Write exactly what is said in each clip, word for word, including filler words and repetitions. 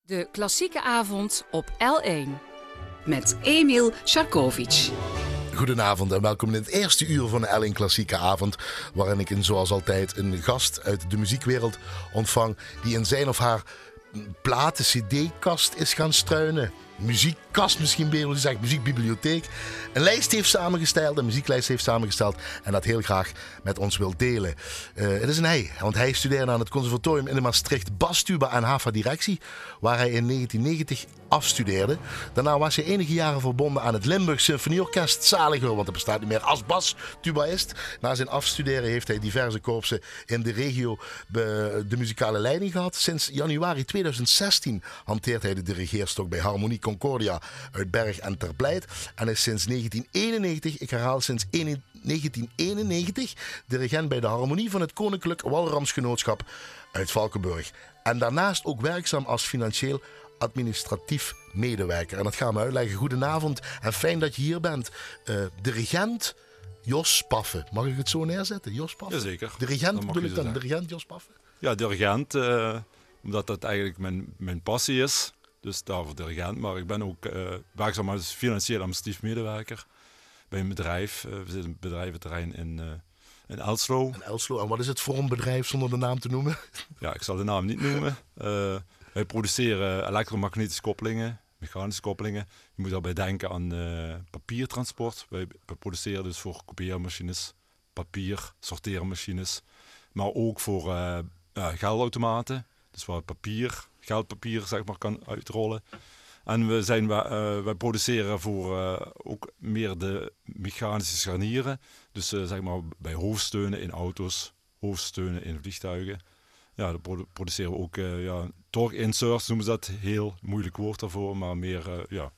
De klassieke avond op L één. Met Emil Sharkovic. Goedenavond en welkom in het eerste uur van de L één Klassieke Avond, waarin ik in, zoals altijd een gast uit de muziekwereld ontvang die in zijn of haar platen C D-kast is gaan struinen. Muziekkast misschien beter gezegd, muziekbibliotheek. Een lijst heeft samengesteld, een muzieklijst heeft samengesteld en dat heel graag met ons wil delen. Uh, het is een hij, want hij studeerde aan het conservatorium in Maastricht bastuba en H A V A-directie, waar hij in negentien negentig afstudeerde. Daarna was hij enige jaren verbonden aan het Limburg Symfonieorkest, zaliger, want hij bestaat niet meer als bastubaïst. Na zijn afstuderen heeft hij diverse korpsen in de regio de muzikale leiding gehad. Sinds januari tweeduizend zestien hanteert hij de dirigeerstok bij Harmonie Concordia uit Berg en Terpleit en is sinds negentien eenennegentig, ik herhaal sinds negentien eenennegentig, dirigent bij de Harmonie van het Koninklijk Walramsgenootschap uit Valkenburg. En daarnaast ook werkzaam als financieel administratief medewerker. En dat gaan we uitleggen. Goedenavond en fijn dat je hier bent. Uh, dirigent Jos Paffe. Mag ik het zo neerzetten? Jos Paffe? Jazeker. Dirigent bedoel ik dan? Zeggen. Dirigent Jos Paffe? Ja, dirigent. Uh, omdat dat eigenlijk mijn, mijn passie is. Dus daarvoor dirigent. Maar ik ben ook uh, werkzaam als financieel administratief medewerker bij een bedrijf. Uh, we zitten een bedrijventerrein in, uh, in Elslo. In Elslo. En wat is het voor een bedrijf zonder de naam te noemen? Ja, ik zal de naam niet noemen. Uh, wij produceren elektromagnetische koppelingen, mechanische koppelingen. Je moet daarbij denken aan uh, papiertransport. Wij produceren dus voor kopieermachines, papier, sorteermachines. Maar ook voor uh, uh, geldautomaten. Dus waar papier, geldpapier zeg maar, kan uitrollen. En we, zijn, uh, wij produceren voor uh, ook meer de mechanische scharnieren. Dus uh, zeg maar bij hoofdsteunen in auto's, hoofdsteunen in vliegtuigen. Ja, dan produceren we ook uh, ja, torque inserts, noemen ze dat. Heel moeilijk woord daarvoor, maar meer uh, ja,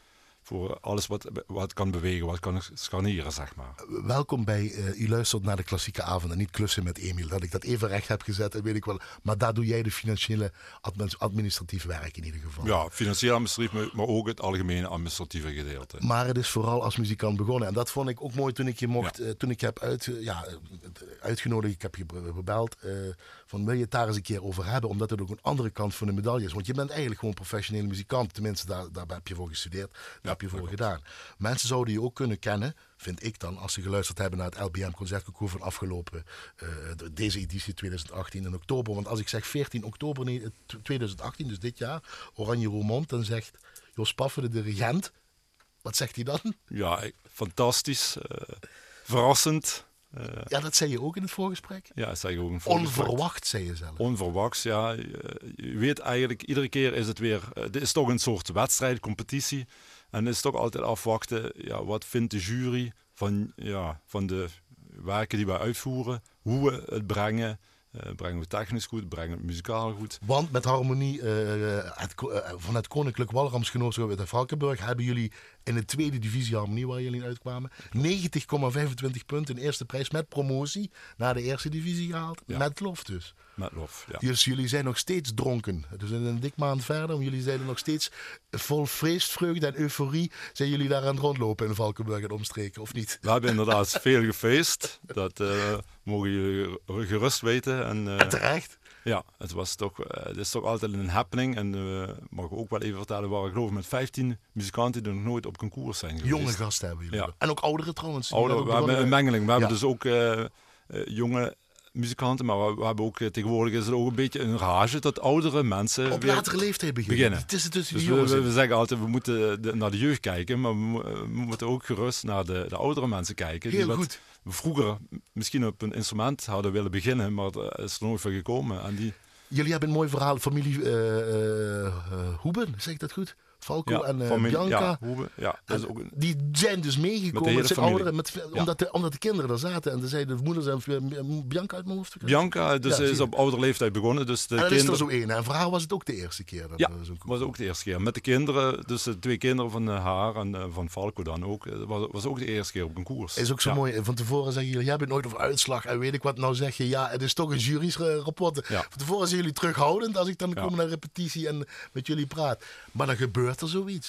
voor alles wat, wat kan bewegen, wat kan scharnieren, zeg maar. Welkom bij, uh, u luistert naar de Klassieke Avond en niet Klussen met Emil. Dat ik dat even recht heb gezet, dat weet ik wel. Maar daar doe jij de financiële administratief werk in ieder geval. Ja, financieel administratief, maar ook het algemene administratieve gedeelte. Maar het is vooral als muzikant begonnen. En dat vond ik ook mooi toen ik je mocht, ja. uh, toen ik heb uit, uh, ja, uitgenodigd, ik heb je gebeld, uh, van wil je het daar eens een keer over hebben, omdat het ook een andere kant van de medaille is. Want je bent eigenlijk gewoon professionele muzikant, tenminste daar, daar heb je voor gestudeerd. Ja. Heb je voor gedaan. Mensen zouden je ook kunnen kennen, vind ik dan, als ze geluisterd hebben naar het L B M Concertconcours van afgelopen, uh, deze editie tweeduizend achttien in oktober. Want als ik zeg veertien oktober tweeduizend achttien, dus dit jaar, Oranje Roermond, dan zegt Jos Paffe, de dirigent, wat zegt hij dan? Ja, fantastisch, uh, verrassend. Uh, ja, dat zei je ook in het voorgesprek? Ja, dat zei je ook in het voorgesprek. Onverwacht, zei je zelf. Onverwachts, ja. Je weet eigenlijk, iedere keer is het weer, het is toch een soort wedstrijd, competitie. En het is toch altijd afwachten, ja, wat vindt de jury van, ja, van de werken die wij uitvoeren, hoe we het brengen. Uh, brengen we technisch goed, brengen we het muzikaal goed. Want met Harmonie uh, het, uh, van het Koninklijk Walramsgenootschap uit Valkenburg hebben jullie in de tweede divisie Harmonie, waar jullie uitkwamen, negentig komma vijfentwintig punten in eerste prijs met promotie naar de eerste divisie gehaald. Ja. Met lof dus. Met lof, ja. Dus jullie zijn nog steeds dronken. Dus in een dik maand verder, maar jullie zijn er nog steeds vol feestvreugde en euforie. Zijn jullie daar aan het rondlopen in Valkenburg en omstreken, of niet? We hebben inderdaad veel gefeest. Dat uh, mogen jullie gerust weten. En, uh, en terecht. Ja, het, was toch, uh, het is toch altijd een happening. En we uh, mogen ook wel even vertellen, we waren geloof ik met vijftien muzikanten die nog nooit op concours zijn geweest. Jonge gasten hebben jullie. Ja. En ook ouderen trouwens. Ouderen, we hebben een mengeling. We ja. hebben dus ook uh, uh, jonge muzikanten, maar we, we hebben ook tegenwoordig is het ook een beetje een rage dat oudere mensen op latere leeftijd beginnen. beginnen. Het is het dus dus we, we, we zeggen altijd, we moeten de, naar de jeugd kijken, maar we, we moeten ook gerust naar de, de oudere mensen kijken. Heel die goed. We vroeger misschien op een instrument hadden willen beginnen, maar er is er nooit van gekomen. En die... Jullie hebben een mooi verhaal, familie uh, uh, uh, Hoeben, zeg ik dat goed? Falco ja, en uh, familie, Bianca. Ja, Hoebe, ja, dat is ook een... Die zijn dus meegekomen met, met ouderen, met, ja. omdat, de, omdat de kinderen er zaten. En dan zei de moeder, zijn Bianca uit mijn hoofd. Bianca dus ja, is op oudere leeftijd begonnen. Dus de en dan kinderen... is er zo één. En voor haar was het ook de eerste keer. Dat ja, was ook de eerste keer. Met de kinderen, dus de twee kinderen van haar en uh, van Falco dan ook. Was, was ook de eerste keer op een koers. Is ook zo ja. mooi. Van tevoren zeggen jullie, jij bent nooit over uitslag. En weet ik wat, nou zeg je, ja, het is toch een juryrapport. Ja. Van tevoren zijn jullie terughoudend als ik dan ja. kom naar repetitie en met jullie praat. Maar dan gebeurt er zoiets.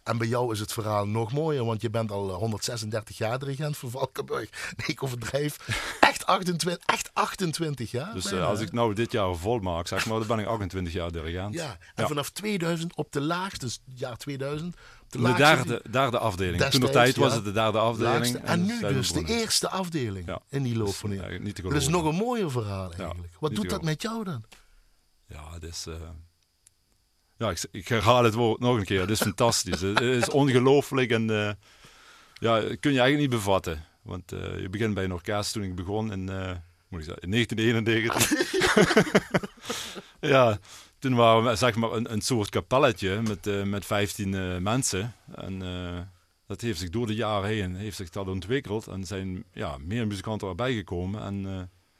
En bij jou is het verhaal nog mooier, want je bent al honderdzesendertig jaar dirigent van Valkenburg. Nee, ik overdrijf. Echt achtentwintig, echt achtentwintig jaar. Dus bijna, uh, als ik nou dit jaar vol maak, zeg maar, dan ben ik achtentwintig jaar dirigent. Ja, en ja. vanaf tweeduizend op de laagste, dus jaar tweeduizend... Op de, de laagste, derde, derde afdeling. Destijds, Toen de tijd was ja, het de derde afdeling. laagste, en, en nu dus de begonnen. eerste afdeling ja. in die loop dus, van je. uh, niet te Dat is geloven. nog een mooier verhaal eigenlijk. Ja, Wat doet dat te met jou dan? Ja, het is... Uh... Ja, ik, ik herhaal het woord nog een keer. Het is fantastisch. Het is ongelooflijk en uh, ja, dat kun je eigenlijk niet bevatten. Want uh, je begint bij een orkest toen ik begon in, uh, moet ik zeggen, in negentien eenennegentig. Ja, toen waren we zeg maar een, een soort kapelletje met, uh, met vijftien uh, mensen. En uh, dat heeft zich door de jaren heen heeft zich dat ontwikkeld. En er zijn ja, meer muzikanten erbij gekomen. En uh,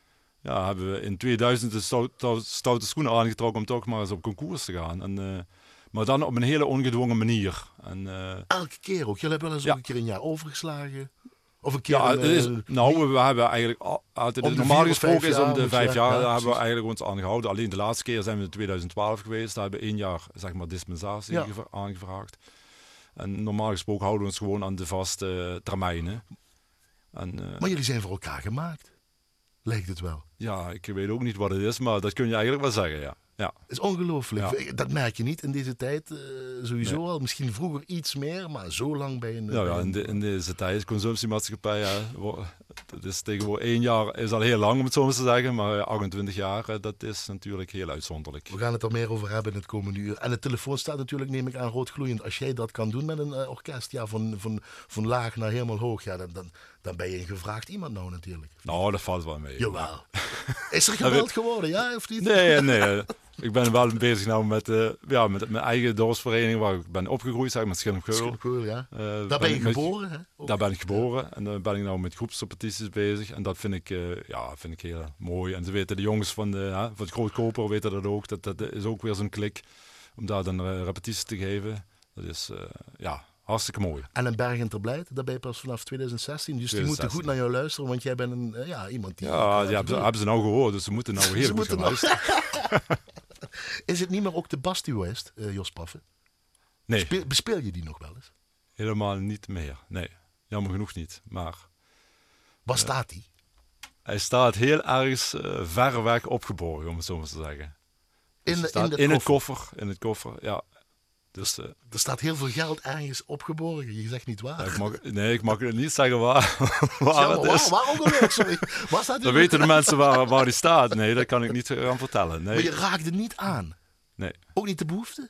ja, hebben we in tweeduizend de stoute, stoute schoenen aangetrokken om toch maar eens op concours te gaan. En, uh, maar dan op een hele ongedwongen manier. En, uh, Elke keer ook. Jullie hebben wel eens ja. ook een keer een jaar overgeslagen. Of een keer ja, een, het is, uh, nou, we hebben eigenlijk altijd, om de normaal vier of gesproken vijf is om jaar de moet vijf je- jaar, ja, daar hebben we precies. eigenlijk ons aan gehouden. Alleen de laatste keer zijn we in tweeduizend twaalf geweest. Daar hebben we één jaar zeg maar, dispensatie Ja. gevra- aangevraagd. En normaal gesproken houden we ons gewoon aan de vaste uh, termijnen. En, uh, Maar jullie zijn voor elkaar gemaakt. Lijkt het wel. ja, ik weet ook niet wat het is, maar dat kun je eigenlijk wel zeggen, ja. ja. Het is ongelooflijk. Ja. Dat merk je niet in deze tijd. Uh, sowieso Nee. al. Misschien vroeger iets meer, maar zo lang bij een... Nou ja, in, de, in deze tijd, consumptiemaatschappij, ja, wo- dat is tegenwoordig één jaar is al heel lang om het zo maar te zeggen, maar achtentwintig jaar, eh, dat is natuurlijk heel uitzonderlijk. We gaan het er meer over hebben in het komende uur. En de telefoon staat natuurlijk, neem ik aan, roodgloeiend. Als jij dat kan doen met een uh, orkest, ja, van, van, van laag naar helemaal hoog, ja, dan, dan, dan ben je een gevraagd iemand nou natuurlijk. Nou, dat valt wel mee. Jawel. Is er gebeld geworden, ja, of niet? Nee, nee. Ik ben wel bezig nou met, uh, ja, met mijn eigen dorpsvereniging waar ik ben opgegroeid, zeg, met Schilm Geul. Cool, ja. Uh, Daar ben je met- geboren, hè? Ook. Daar ben ik geboren en dan ben ik nou met groepsrepetities bezig. En dat vind ik, uh, ja, vind ik heel mooi. En ze weten, de jongens van, de, hè, van het Grootkoper weten dat ook. Dat, dat is ook weer zo'n klik om daar dan uh, repetities te geven. Dat is, uh, ja, hartstikke mooi. En in Bergen ter Blijt, daar ben je pas vanaf tweeduizend zestien. Dus die tweeduizend moeten zestien. goed naar jou luisteren, want jij bent een, uh, ja, iemand die... Ja, uh, die hebben, ze- hebben ze nou gehoord, dus ze moeten nou heel Ze goed moeten gaan nou- luisteren. Is het niet meer ook de basduist, uh, Jos Paffen? Nee, Speel, bespeel je die nog wel eens? helemaal niet meer. Nee, jammer genoeg niet. Maar Waar staat die? hij staat heel ergens uh, ver weg opgeborgen, om het zo maar te zeggen. In, Dus de, hij staat in, de in het koffer. koffer, in het koffer, ja. Dus uh, Er staat heel veel geld ergens opgeborgen. Je zegt niet waar. ja, ik mag, nee, ik mag niet zeggen waar, waar Ja, het maar is. waar, waarom geloof sorry. Waar staat die? Dan weten de mensen waar, waar die staat. Nee, dat kan ik niet gaan vertellen. Maar Nee, je raakt het niet aan. nee, Ook niet de behoefte?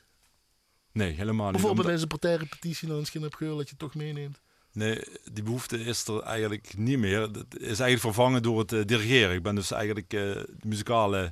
nee helemaal niet. Bijvoorbeeld Omdat- bij zijn partijrepetitie naar een Schin op Geul dat je toch meeneemt. Nee, die behoefte is er eigenlijk niet meer. Het is eigenlijk vervangen door het uh, dirigeren. Ik ben dus eigenlijk uh, de muzikale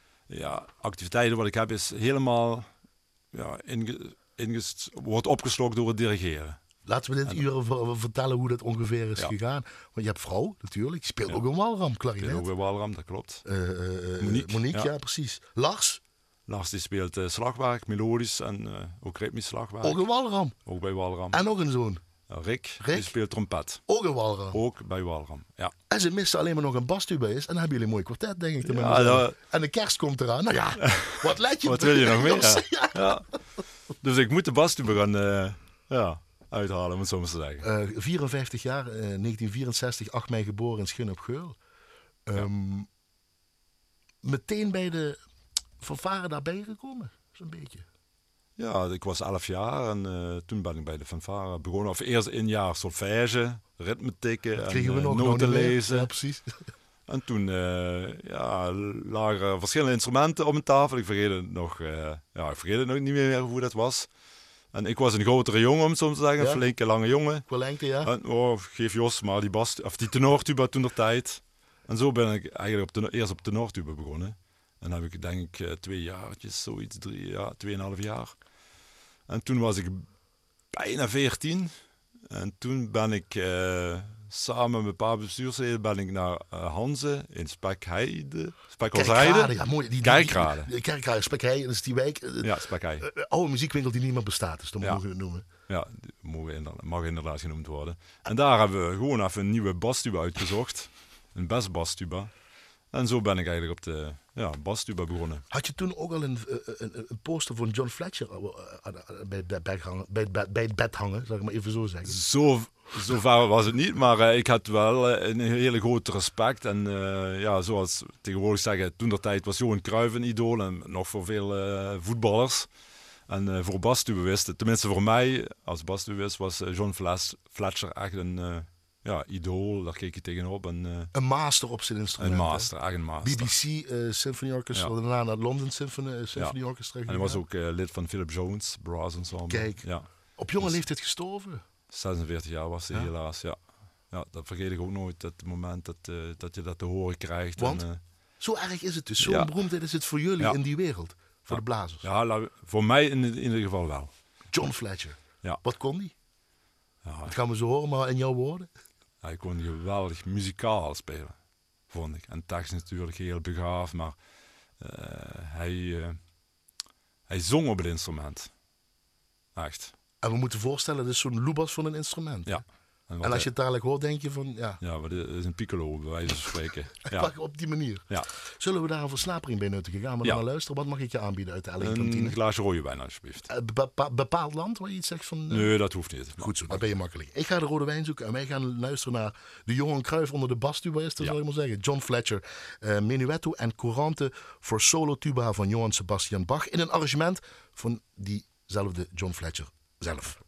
ja, activiteiten wat ik heb is helemaal ja, inge, inges, wordt opgeslokt door het dirigeren. Laten we dit uur ver- vertellen hoe dat ongeveer is Ja. gegaan. Want je hebt vrouw natuurlijk. Je speelt Ja. ook een walram, Ik klarinet. ook bij Walram, dat klopt. Eh, eh, eh, Monique, Monique, ja. ja. precies. Lars, Lars die speelt uh, slagwerk, melodisch en uh, ook ritmisch slagwerk. ook een walram. Ook bij Walram. En nog een zoon, Ja, Rick, Rick? die speelt trompet. ook een walram. Ook bij Walram, ja. En ze misten alleen maar nog een bastuba is. En dan hebben jullie een mooi kwartet, denk ik. te Ja, maar zeggen. dat- En de kerst komt eraan. Nou ja, wat let je Wat op? wil je nog meer? Jos? Ja. Ja. Dus ik moet de basstube gaan uh, ja, uithalen, om het zo maar te zeggen. Uh, vierenvijftig jaar, uh, negentien vierenzestig, acht mei geboren in Schin op Geul. Um, meteen bij de fanfare daarbij gekomen, zo'n beetje. Ja, ik was elf jaar en uh, toen ben ik bij de fanfare begonnen. Of eerst een jaar solfège, ritme tikken Dat en kregen we uh, nog nog noten niet meer. lezen. Ja, precies. En toen uh, ja, lagen er verschillende instrumenten op mijn tafel. Ik vergeet het nog, uh, ja, ik vergeet het nog niet meer hoe dat was. En ik was een grotere jongen, om het zo te zeggen, Ja. een flinke lange jongen. Qua lengte, ja. En, oh, geef Jos maar die, bas, of die tenortuba toen der tijd. En zo ben ik eigenlijk op tenor, eerst op tenortuba begonnen. En dan heb ik denk ik uh, twee jaartjes, zoiets, drie jaar, tweeënhalf jaar. En toen was ik bijna veertien. En toen ben ik uh, samen met mijn pa bestuursleden ben ik naar uh, Hanze in Spekheide. Spekheide. Kerkrade, ja, mooi. Die, die, Kerkrade. Die, die, Kerkrade, Spekheide, dat is die wijk. Uh, Ja, Spekheide. uh, oude muziekwinkel die niet meer bestaat, dus dan Ja. mogen we het noemen. Ja, die mogen inderdaad, mag inderdaad genoemd worden. En daar hebben we gewoon even een nieuwe bastuba uitgezocht. Een best bastuba. En zo ben ik eigenlijk op de, ja, basstuba begonnen. Had je toen ook al een, een, een poster van John Fletcher bij het bed hangen, bij het, bij het bed hangen, zal ik maar even zo zeggen? Zo, zo ver was het niet, maar uh, ik had wel uh, een hele grote respect. En uh, ja, zoals tegenwoordig zeggen, toen der tijd was Johan Cruijff een idool en nog voor veel uh, voetballers. En uh, voor basstubewisten, tenminste voor mij als basstubewist, was uh, John Fletcher echt een uh, ja, idool. Daar keek je tegenop. En, uh, een master op zijn instrument. Een master, echt een master. B B C uh, Symphony Orchestra, ja. Daarna naar London Symphony, uh, Symphony ja. Orchestra. En hij was ook uh, lid van Philip Jones Brass Ensemble. Kijk, ja. op jonge dus, leeftijd gestorven. zesenveertig jaar was hij ja. helaas, ja. Ja, dat vergeet ik ook nooit, dat moment dat, uh, dat je dat te horen krijgt. Want, en, uh, zo erg is het dus. Zo'n ja. beroemdheid is het voor jullie ja. in die wereld. Voor ja. de blazers. Ja, voor mij in, in ieder geval wel. John Fletcher. Ja. Wat kon die? Ja. Dat gaan we zo horen, maar in jouw woorden? Hij kon geweldig muzikaal spelen, vond ik. En technisch natuurlijk heel begaafd, maar uh, hij, uh, hij zong op het instrument. Echt. En we moeten voorstellen, dat is zo'n loebas van een instrument. Ja. En, en als je het dadelijk hoort, denk je van, ja... Ja, maar dit is een piccolo, bij wijze van spreken. Ja. Op die manier. Ja. Zullen we daar een versnapering bij nuttigen? Gaan we ja. naar luisteren? Wat mag ik je aanbieden uit de L één-kantine? Een glaasje rode wijn, alsjeblieft. Uh, bepa bepaald land waar je iets zegt van... Uh... Nee, dat hoeft niet. Goed zo, dan ben je makkelijk. Ik ga de rode wijn zoeken en wij gaan luisteren naar de Johan Cruijff onder de basstubaisten, ja. zal ik maar zeggen. John Fletcher, uh, Menuetto en Courante voor solo tuba van Johann Sebastian Bach in een arrangement van diezelfde John Fletcher zelf.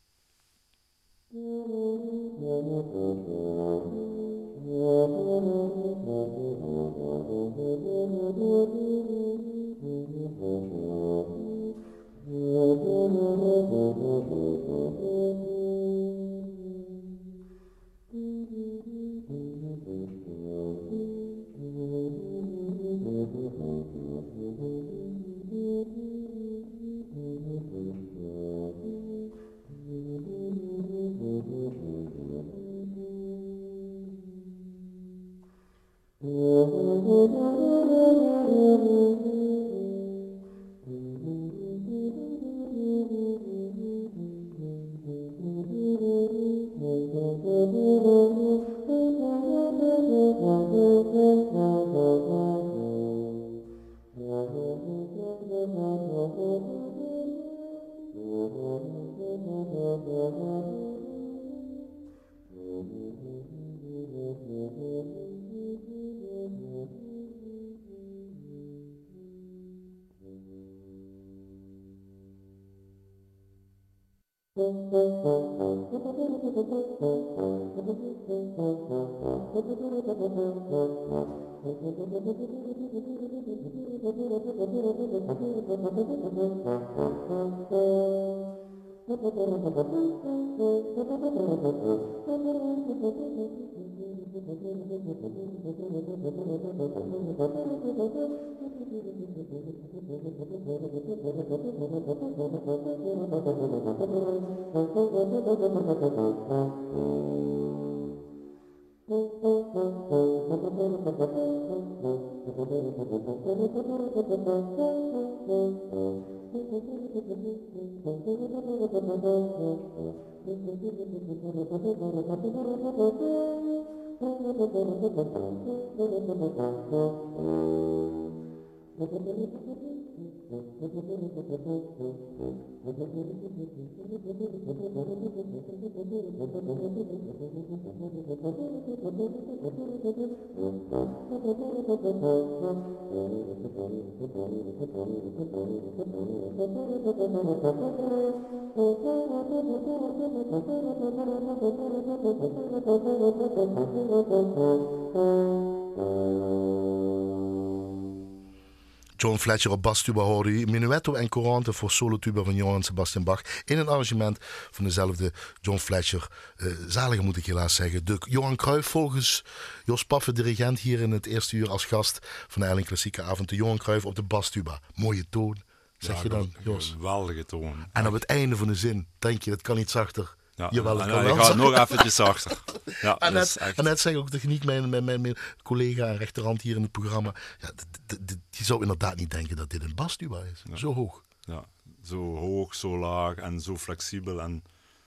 John Fletcher op basstuba hoorde u, Menuetto en Courante voor solotuba van Johann Sebastian Bach in een arrangement van dezelfde John Fletcher. Uh, zalige moet ik helaas zeggen. De Johan Cruijff volgens Jos Paffe, dirigent hier in het eerste uur als gast van de L één Klassieke Avond. De Johan Cruijff op de basstuba. Mooie toon, zeg ja, je dan, Jos? Geweldige toon. En op het einde van de zin, denk je, dat kan niet zachter. Ja, Jawel, en, kan en wel ik ga nog eventjes zachter. Ja, en, net, echt... en net zeg ook techniek, mijn, mijn, mijn, mijn collega en rechterhand hier in het programma. Ja, je zou inderdaad niet denken dat dit een basstuba is. Ja. Zo hoog. Ja, zo hoog, zo laag en zo flexibel. En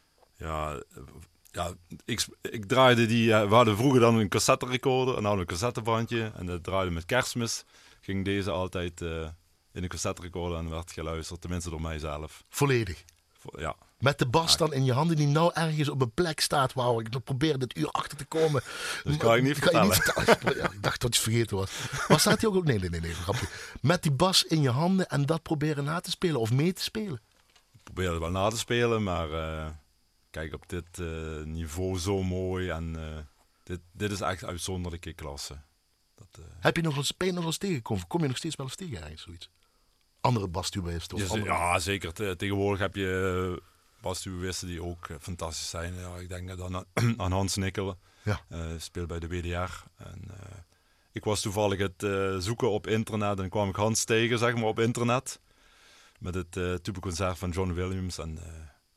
ja, ja ik, ik draaide die... We hadden vroeger dan een cassette recorder en nou een cassettebandje. En dat draaide met Kerstmis. ging deze altijd uh, in de cassette recorder en werd geluisterd, tenminste door mijzelf. Volledig? Vo- ja. Met de bas dan in je handen die nou ergens op een plek staat waar ik nog probeer dit uur achter te komen. Dat kan ik niet kan je vertellen. niet vertellen. Ja, ik dacht dat je het vergeten was. Waar staat hij ook op? Nee, nee, nee, nee, grapje. Met die bas in je handen en dat proberen na te spelen of mee te spelen. Ik probeer het wel na te spelen, maar uh, kijk, op dit uh, niveau zo mooi en uh, dit, dit is echt uitzonderlijke klasse. Dat, uh... Heb je nog eens, ben je nog eens tegengekomen? Kom je nog steeds wel eens tegen eigenlijk zoiets? Andere basstubisten? Ja, andere... ja, zeker. Te, tegenwoordig heb je uh, basstubisten die ook uh, fantastisch zijn. Ja, ik denk dan aan, aan Hans Nikkel, ja. uh, speelt bij de W D R. En, uh, ik was toevallig het uh, zoeken op internet en kwam ik Hans tegen, zeg maar, op internet. Met het uh, tubaconcert van John Williams. En uh,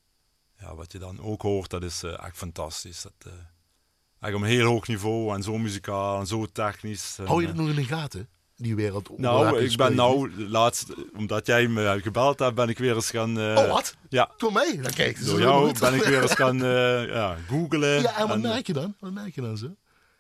ja, wat je dan ook hoort, dat is uh, echt fantastisch. Dat, uh, eigenlijk op een heel hoog niveau en zo muzikaal en zo technisch. En, hou je dat nog in de gaten? Die wereld? Nou, ik ben nou laatst, omdat jij me gebeld hebt, ben ik weer eens gaan... Uh, oh, wat? Ja. Door mij? Dan kijk, door jou ben ik weer eens gaan uh, ja, googlen. Ja, en wat en, merk je dan? Wat merk je dan zo?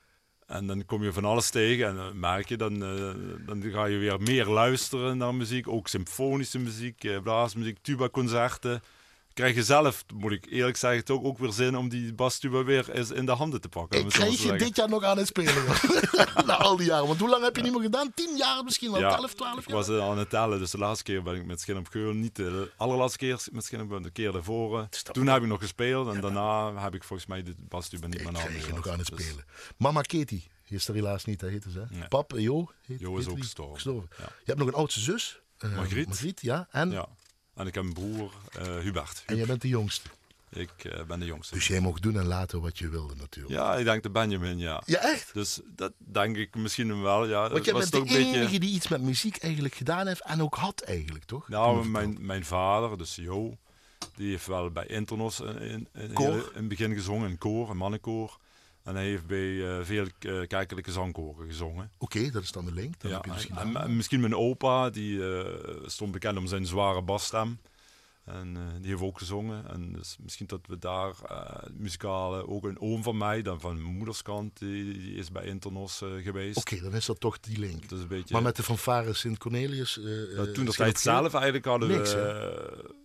En dan kom je van alles tegen en dan merk je, dan, uh, dan ga je weer meer luisteren naar muziek. Ook symfonische muziek, uh, blaasmuziek, tuba-concerten. Krijg je zelf, moet ik eerlijk zeggen, toch ook weer zin om die basstuba weer eens in de handen te pakken. Ik krijg je dit jaar nog aan het spelen. Na al die jaren. Want hoe lang heb je niet meer gedaan? Tien jaar misschien wel? Ja, elf, twaalf jaar? Ik was uh, aan het tellen, dus de laatste keer ben ik met Skin op Geul. Niet de allerlaatste keer met Skin op Geul, de keer daarvoor. Toen heb ik nog gespeeld en ja, daarna heb ik volgens mij de basstuba niet meer naar handen. Ik krijg je nog aan het dus. spelen. Mama Katie, die is er helaas niet, dat heet ze. Nee. Pap, Jo. Heet, Jo is ook gestorven. gestorven. Ja. Je hebt nog een oudste zus. Uh, Margriet. Margriet, ja. En? Ja. En ik heb een broer, uh, Hubert. En jij bent de jongste? Ik uh, ben de jongste. Dus jij mocht doen en laten wat je wilde natuurlijk. Ja, ik denk de Benjamin, ja. Ja, echt? Dus dat denk ik misschien wel, ja. Want jij was bent de toch enige beetje... die iets met muziek eigenlijk gedaan heeft en ook had eigenlijk, toch? Nou, mijn, mijn vader, dus Jo, die heeft wel bij Internos in, in, in, in het begin gezongen, een koor, een mannenkoor. En hij heeft bij uh, veel uh, kerkelijke zangkoren gezongen. Oké, okay, dat is dan de link. Dan ja, heb je misschien, en, en misschien mijn opa, die uh, stond bekend om zijn zware basstem. En uh, die heeft ook gezongen. En dus misschien dat we daar uh, muzikale, ook een oom van mij, dan van mijn moederskant, die, die is bij Internos uh, geweest. Oké, okay, dan is dat toch die link. Dat is een beetje, maar met de fanfare Sint-Cornelius... Uh, ja, toen dat tijd zelf eigenlijk hadden niks, we... Uh,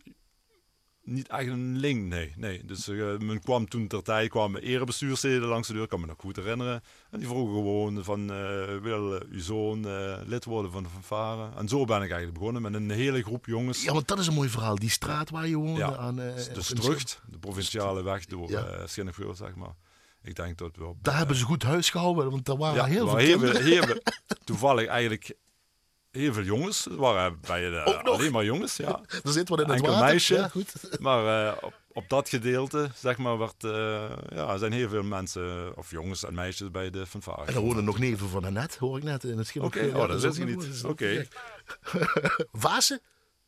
niet echt een link, nee. nee. Dus uh, men kwam toen ter tijd, kwamen erebestuursleden langs de deur, kan me nog goed herinneren. En die vroegen gewoon van, uh, wil uh, uw zoon uh, lid worden van de fanfare? En zo ben ik eigenlijk begonnen met een hele groep jongens. Ja, want dat is een mooi verhaal. Die straat waar je woonde ja. aan... Uh, de Strucht, de provinciale weg door ja. uh, Schinnenveul, zeg maar. Ik denk dat we op, Daar uh, hebben ze goed huis gehouden, want daar waren ja, heel veel heel kinderen. Heel, heel, toevallig eigenlijk... Heel veel jongens, het waren bij de, alleen maar jongens, ja. Er zit wat in het Enkel water. meisje, ja, goed. maar uh, op, op dat gedeelte, zeg maar, werd, uh, ja, zijn heel veel mensen, of jongens en meisjes bij de fanfare. En er wonen nog neven van Annette, hoor ik net in het schip. Oké, okay, oh, dat wist ik niet. Oké. Okay. Vasen?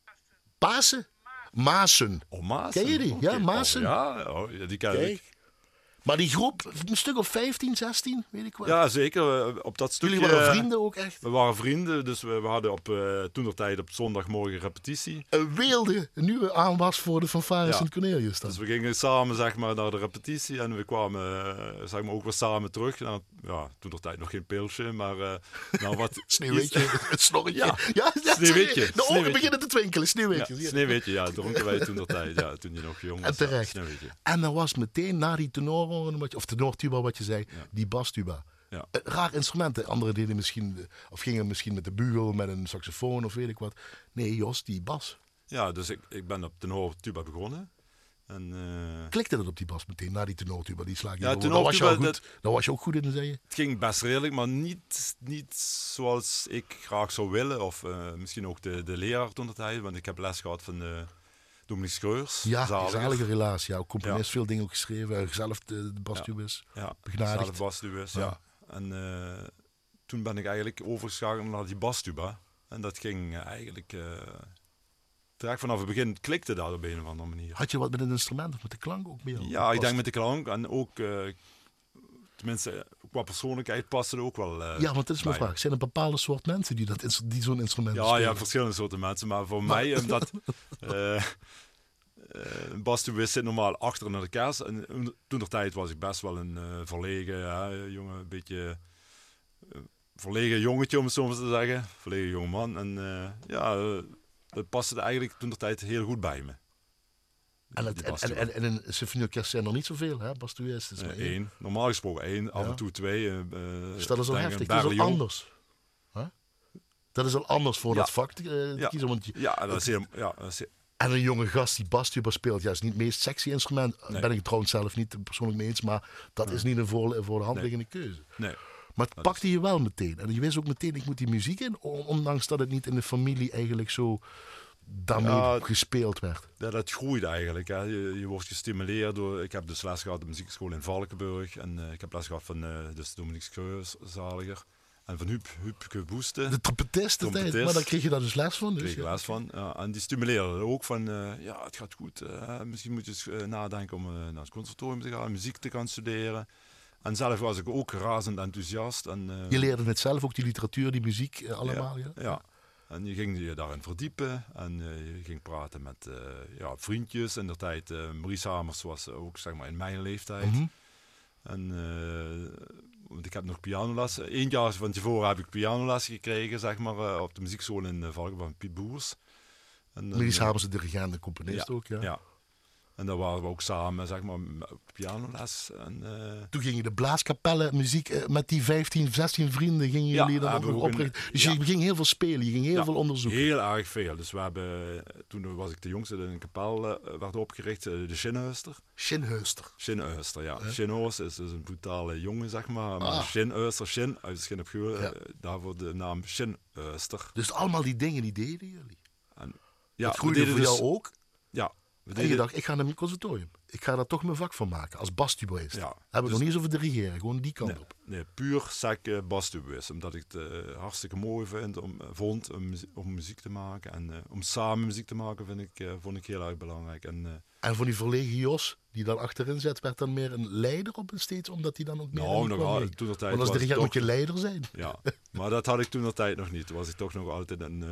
Pasen? Maassen. Oh, Maassen. Ken je die? Okay. Ja, Maassen. Oh, ja, oh, ja, die ken Kijk. ik. Maar die groep, een stuk of vijftien, zestien, weet ik wel. Ja, zeker. Op dat stukje... Jullie waren vrienden ook echt? We waren vrienden, dus we, we hadden op, uh, toen de tijd op zondagmorgen repetitie. Een wilde nieuwe aanwas voor de fanfare ja. Sint-Cornelius dan. Dus we gingen samen, zeg maar, naar de repetitie en we kwamen, uh, zeg maar, ook weer samen terug. Nou, ja, toen de tijd nog geen pilsje, maar uh, nou wat... Sneeuwwitje, het snorretje. Ja, ja, ja Sneeuwwitje. De ogen beginnen te twinkelen, Sneeuwwitje. Ja, Sneeuwwitje, ja, dronken wij toen de tijd, ja, toen je nog jong was. En terecht. Ja, en dan was meteen na die tenor, of tenortuba wat je zei, ja. die bastuba. Ja. Uh, raar instrument. Anderen deden misschien, of gingen misschien met de bugel, met een saxofoon of weet ik wat. Nee, Jos, die bas. Ja, dus ik, ik ben op tenortuba begonnen. En, uh... Klikte dat op die bas meteen, na die tenortuba? Die slaag je ja, tenortuba, was je al goed, dat... Daar was je ook goed in, zei je? Het ging best redelijk, maar niet, niet zoals ik graag zou willen. Of uh, misschien ook de, de leraar toen dat hij, want ik heb les gehad van de Dominique Schreurs. Ja, zaliger. zalige relatie. Ja, ook componist, ja. veel dingen ook geschreven. Zelf de, de basstubis. Ja, ja. Begnadigd. Zelf basstubis, ja. ja. En uh, toen ben ik eigenlijk overgeschakeld naar die basstuba. En dat ging uh, eigenlijk... Uh, direct vanaf het begin klikte dat op een of andere manier. Had je wat met het instrument of met de klank ook bij jou? Ja, ik denk met de klank. En ook... Uh, tenminste, qua persoonlijkheid paste er ook wel uh, ja, want dat is mijn bij. vraag. Zijn er bepaalde soort mensen die, dat, die zo'n instrument ja, spelen? Ja, verschillende soorten mensen. Maar voor maar. mij, omdat... Uh, uh, een basstubist zit normaal achter in de kast. En toen der tijd was ik best wel een uh, verlegen ja, jongen. Een beetje... Uh, verlegen jongetje, om het zo maar te zeggen. Verlegen jongeman. En uh, ja, uh, dat paste eigenlijk toen de tijd heel goed bij me. En, het, en, en, en, en in een symfonieorkest zijn er niet zoveel, hè? Bastuist is maar uh, één. Normaal gesproken één, ja. Af en toe twee. Uh, dus dat is al heftig, dat is al anders. Huh? Dat is al anders voor ja. dat vak te, uh, te ja. kiezen. Want je, ja, dat is heel... Ja, dat is heel... En een jonge gast die basstuba speelt, ja, is niet het meest sexy instrument. Daar nee. ben ik het trouwens zelf niet persoonlijk mee eens, maar dat nee. is niet een voor, voor de hand liggende nee. keuze. Nee. Maar het pakte is... je wel meteen. En je wist ook meteen, ik moet die muziek in, ondanks dat het niet in de familie eigenlijk zo daarmee ja, gespeeld werd. Ja, dat groeit eigenlijk. Hè. Je, je wordt gestimuleerd door... Ik heb dus les gehad op de muziekschool in Valkenburg. En uh, ik heb les gehad van uh, dus Dominique Schreuszaliger. En van Huub, Huub Boeste. De trompetist, maar dan kreeg je daar dus les van. Dus, kreeg je les van. Ja, en die stimuleerde ook van, uh, ja, het gaat goed. Uh, misschien moet je eens uh, nadenken om uh, naar het conservatorium te gaan, muziek te gaan studeren. En zelf was ik ook razend enthousiast. En, uh, je leerde het zelf, ook die literatuur, die muziek, uh, allemaal? Ja, ja. ja. En je ging je daarin verdiepen. En uh, je ging praten met uh, ja, vriendjes. In de tijd, uh, Maurice Hamers was ook zeg maar in mijn leeftijd. Mm-hmm. En... Uh, Want ik heb nog pianoles. Eén jaar van tevoren heb ik pianoles gekregen, zeg maar, uh, op de muziekschool in uh, Valken van Piet Boers. Maurice Hamers, de dirigent, de componist ja, ook, ja. ja. En daar waren we ook samen, zeg maar, op pianoles. En, uh, toen ging je de blaaskapellen, muziek, uh, met die vijftien, zestien vrienden, gingen ja, jullie dan ook oprichten. Dus ja. je ging heel veel spelen, je ging heel ja, veel onderzoeken. Heel erg veel. Dus we hebben, toen was ik de jongste, een kapel uh, werd opgericht, uh, de Schinheuster. Schinheuster. Schinheuster, ja. Huh? Schinhoos is dus een brutale jongen, zeg maar. Maar ah. Schinheuster, Schin, uit de Schin op Geur, ja. uh, daarvoor de naam Schinheuster. Dus allemaal die dingen, die deden jullie? En, ja, dat groeide voor dus, jou ook? Ja. En je dacht, ik ga naar een conservatorium. Ik ga daar toch mijn vak van maken, als basstubaist. Ja, heb ik dus, nog niet eens over dirigeren, gewoon die kant nee, op. Nee, puur sec uh, basstubaist. Omdat ik het uh, hartstikke mooi vind, om, uh, vond om, om muziek te maken. En uh, om samen muziek te maken vind ik, uh, vond ik heel erg belangrijk. En, uh, en van die verlegen Jos, die dan achterin zit, werd dan meer een leider op het steeds, omdat hij dan ook meer... Nou, nog al, toen tijd Want als dirigent toch, moet je leider zijn. Ja, maar dat had ik toen de tijd nog niet. Toen was ik toch nog altijd een... Uh,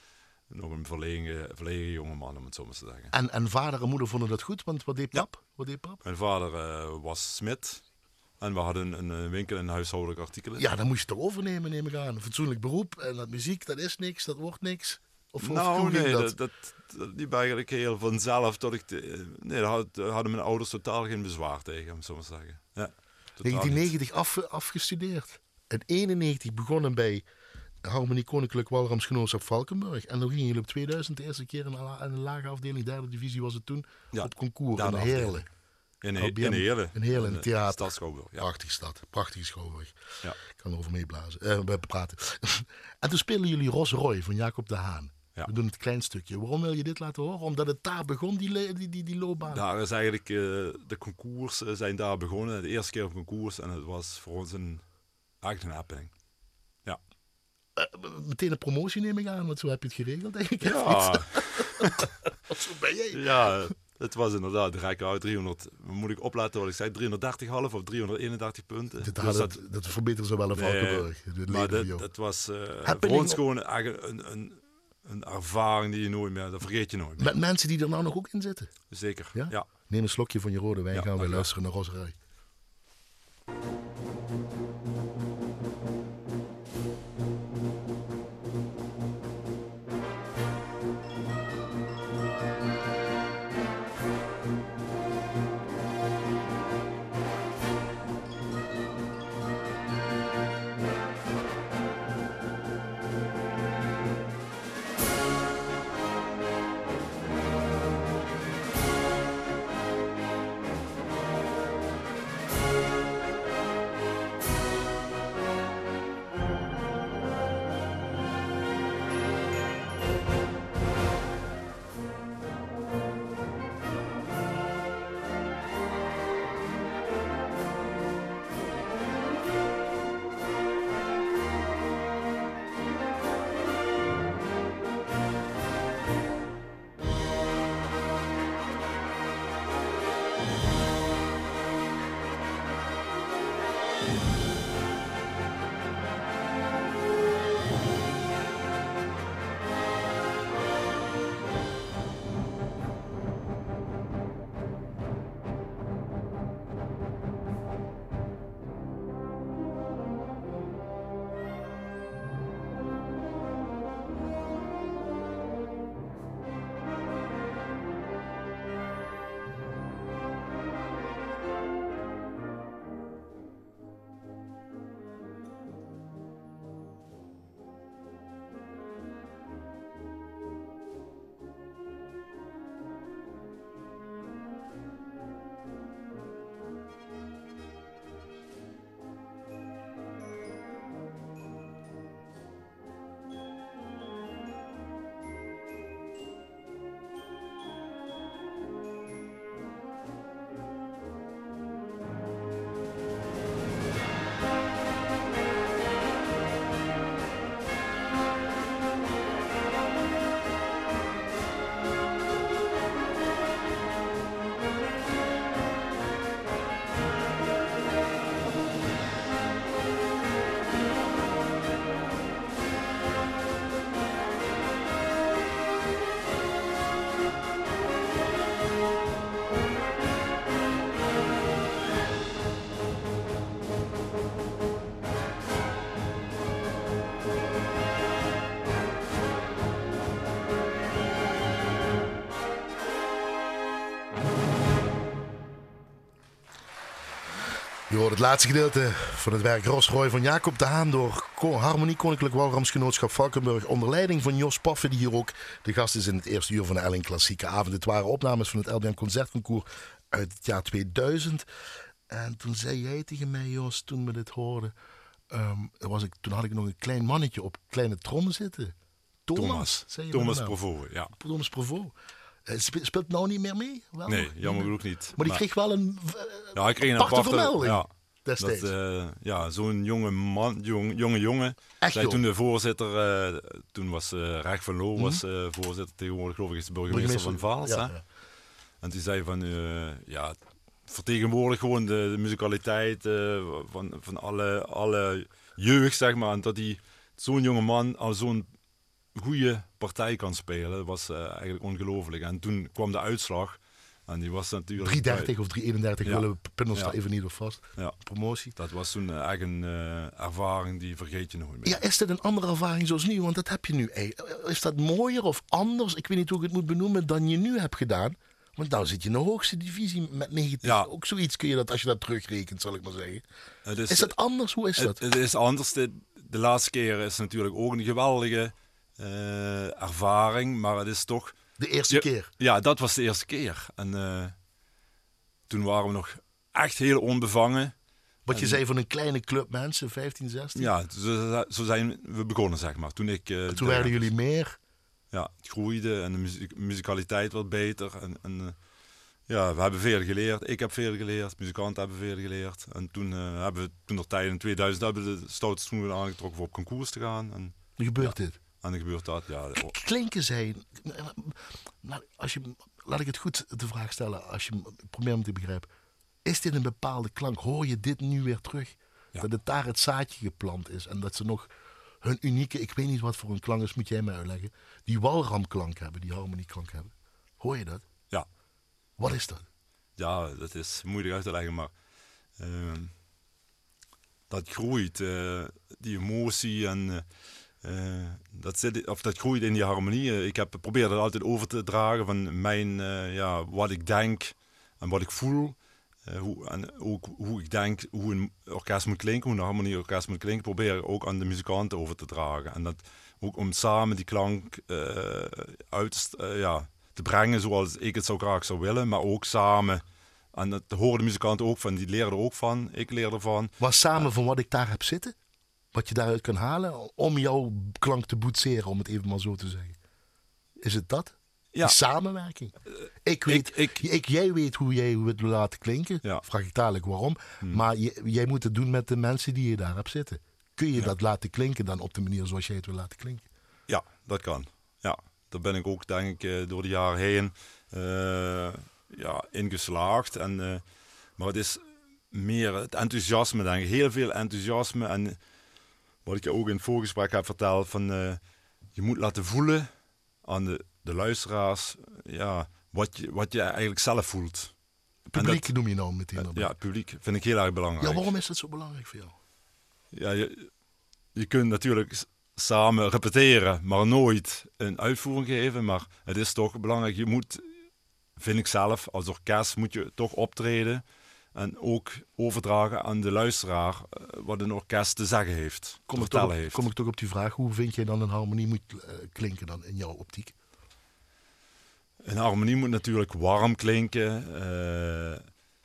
Nog een verlegen, verlegen jonge man, om het zo maar te zeggen. En, en vader en moeder vonden dat goed, want wat deed pap? Ja. Wat deed pap? Mijn vader uh, was smid. En we hadden een, een winkel in huishoudelijke artikelen. Ja, dan moest je het toch overnemen, neem ik aan. Een fatsoenlijk beroep. En dat muziek, dat is niks, dat wordt niks. Of, nou, of nee, dat? Dat, dat, dat liep eigenlijk heel vanzelf. Tot ik de, nee, daar hadden mijn ouders totaal geen bezwaar tegen, om het zo maar te zeggen. Ja, negentien negentig af, afgestudeerd. In eenennegentig begonnen bij... Harmonie Koninklijk Walrams Genootschap Valkenburg. En dan gingen jullie op tweeduizend de eerste keer in een lage afdeling, derde divisie was het toen, ja, op concours in Heerlen. In, he in Heerlen. In Heerlen, in het theater. Stad Schouwburg. Ja. Prachtige stad, prachtige Schouwburg. Ja. Ik kan erover meeblazen, eh, praten. En toen speelden jullie Ros Roy van Jacob de Haan. Ja. We doen het klein stukje. Waarom wil je dit laten horen? Omdat het daar begon, die, die, die, die loopbaan. Daar is eigenlijk, uh, de concours zijn daar begonnen. De eerste keer op concours. En het was voor ons een, eigenlijk een happening. Ja. Uh, meteen een promotie neem ik aan, want zo heb je het geregeld, denk ik. Ja. Zo ben jij. Ja, het was inderdaad direct uit driehonderd. Moet ik opletten wat ik zei, driehonderddertig half of driehonderdeenendertig punten. Dit dus dat, dat verbeteren ze wel in Valkenburg. Nee, maar dat, dat was uh, voor ons gewoon eigenlijk een, een, een ervaring die je nooit meer, dat vergeet je nooit meer. Met mensen die er nou nog ook in zitten. Zeker, ja. ja. Neem een slokje van je rode wijn, ja, gaan we luisteren naar Roserij. Je hoort het laatste gedeelte van het werk Rosroy van Jacob de Haan door Harmonie Koninklijk Walramsgenootschap Valkenburg onder leiding van Jos Paffe, die hier ook de gast is in het eerste uur van de Elling Klassieke Avond. Het waren opnames van het L B M Concertconcours uit het jaar tweeduizend. En toen zei jij tegen mij, Jos, toen we dit hoorden, um, was ik, toen had ik nog een klein mannetje op kleine trom zitten. Thomas, Thomas, zei je Thomas nou? Provo, ja. Thomas Provo. Uh, spe- speelt nou niet meer mee? Wel Nee, nog? jammer genoeg niet. Maar die Maar- kreeg wel een uh, Ja, ik kreeg een aparte aparte vermelding ja, destijds. dat, uh, ja, zo'n jonge man, jong, jonge jongen. Echt Zij jong? toen de voorzitter, uh, toen was uh, Reg van Loo, was uh, voorzitter, tegenwoordig geloof ik is de burgemeester, van Vaals. Ja, hè? ja. En die zei van, uh, ja, vertegenwoordig gewoon de, de musicaliteit uh, van, van alle, alle jeugd, zeg maar. En dat hij zo'n jonge man al zo'n goede partij kan spelen, was uh, eigenlijk ongelooflijk. En toen kwam de uitslag. En die was natuurlijk... drie dertig of drie eenendertig, Ja. willen pinnen ons Ja. daar even niet op vast. Ja, Promotie. dat was toen uh, echt een uh, ervaring die vergeet je nooit meer. Ja, is dit een andere ervaring zoals nu? Want dat heb je nu. Ey. Is dat mooier of anders? Ik weet niet hoe ik het moet benoemen dan je nu hebt gedaan. Want nou zit je in de hoogste divisie met negentien. Ja. Ook zoiets kun je dat, als je dat terugrekent, zal ik maar zeggen. Het Is dat anders? Hoe is dat? Het, het is anders. De, de laatste keer is natuurlijk ook een geweldige uh, ervaring, maar het is toch... De eerste Ja, keer. Ja, dat was de eerste keer. En uh, toen waren we nog echt heel onbevangen. Wat je En- zei van een kleine club mensen, vijftien, zestien. Ja, zo, zo zijn we begonnen, zeg maar. Toen ik... Uh, Toen werden jullie meer. Ja, het groeide en de muziek, muzikaliteit werd beter. En, en uh, ja, we hebben veel geleerd. Ik heb veel geleerd. Muzikanten hebben veel geleerd. En toen uh, hebben we, toen nog tijd in tweeduizend, hebben we de stoute schoenen aangetrokken voor op concours te gaan. En, Nu gebeurt dit. en dan gebeurt dat, ja. oh, Klinken zij. Nou, als je, laat ik het goed de vraag stellen, als je ik probeer hem te begrijpen. Is dit een bepaalde klank? Hoor je dit nu weer terug? Ja. Dat het daar het zaadje geplant is en dat ze nog hun unieke, ik weet niet wat voor een klank is, moet jij mij uitleggen, die walramklank hebben, die harmonieklank hebben. Hoor je dat? Ja. Wat is dat? Ja, dat is moeilijk uit te leggen, maar uh, dat groeit, uh, die emotie en uh, uh, dat, zit, of dat groeit in die harmonie. Ik heb probeer dat altijd over te dragen van mijn, uh, ja, wat ik denk en wat ik voel. Uh, hoe, en ook hoe ik denk hoe een orkest moet klinken, hoe een harmonieorkest moet klinken, probeer ik ook aan de muzikanten over te dragen. En dat ook om samen die klank uh, uit uh, ja, te brengen zoals ik het zo graag zou willen, maar ook samen. En dat horen de muzikanten ook van, die leren er ook van, ik leer ervan. Maar samen van wat ik daar heb zitten, wat je daaruit kan halen, om jouw klank te boetseren, om het even maar zo te zeggen. Is het dat? Ja. Die samenwerking. Ik weet, ik- ik, ik, jij weet hoe jij het wil laten klinken. Ja. Vraag ik dadelijk waarom. Hmm. Maar je, jij moet het doen met de mensen die je daar hebt zitten. Kun je Ja. dat laten klinken dan op de manier zoals jij het wil laten klinken? Ja, dat kan. Ja, daar ben ik ook denk ik eh, door de jaren heen uh, ja, in geslaagd. En, uh, maar het is meer het enthousiasme, denk ik. Heel veel enthousiasme. En wat ik je ook in het voorgesprek heb verteld, van, uh, je moet laten voelen aan de, de luisteraars ja, wat, je, wat je eigenlijk zelf voelt. Publiek dat- noem je nou meteen. Uh, erbij. ja, het publiek vind ik heel erg belangrijk. ja, waarom is dat zo belangrijk voor jou? Ja, je, je kunt natuurlijk s- samen repeteren, maar nooit een uitvoering geven. Maar het is toch belangrijk, je moet, vind ik zelf, als orkest moet je toch optreden. En ook overdragen aan de luisteraar eh, wat een orkest te zeggen heeft, te Kom ik, toch vertellen op, heeft. kom ik toch op die vraag, hoe vind jij dan een harmonie moet eh, klinken dan in jouw optiek? Een harmonie moet natuurlijk warm klinken. eh,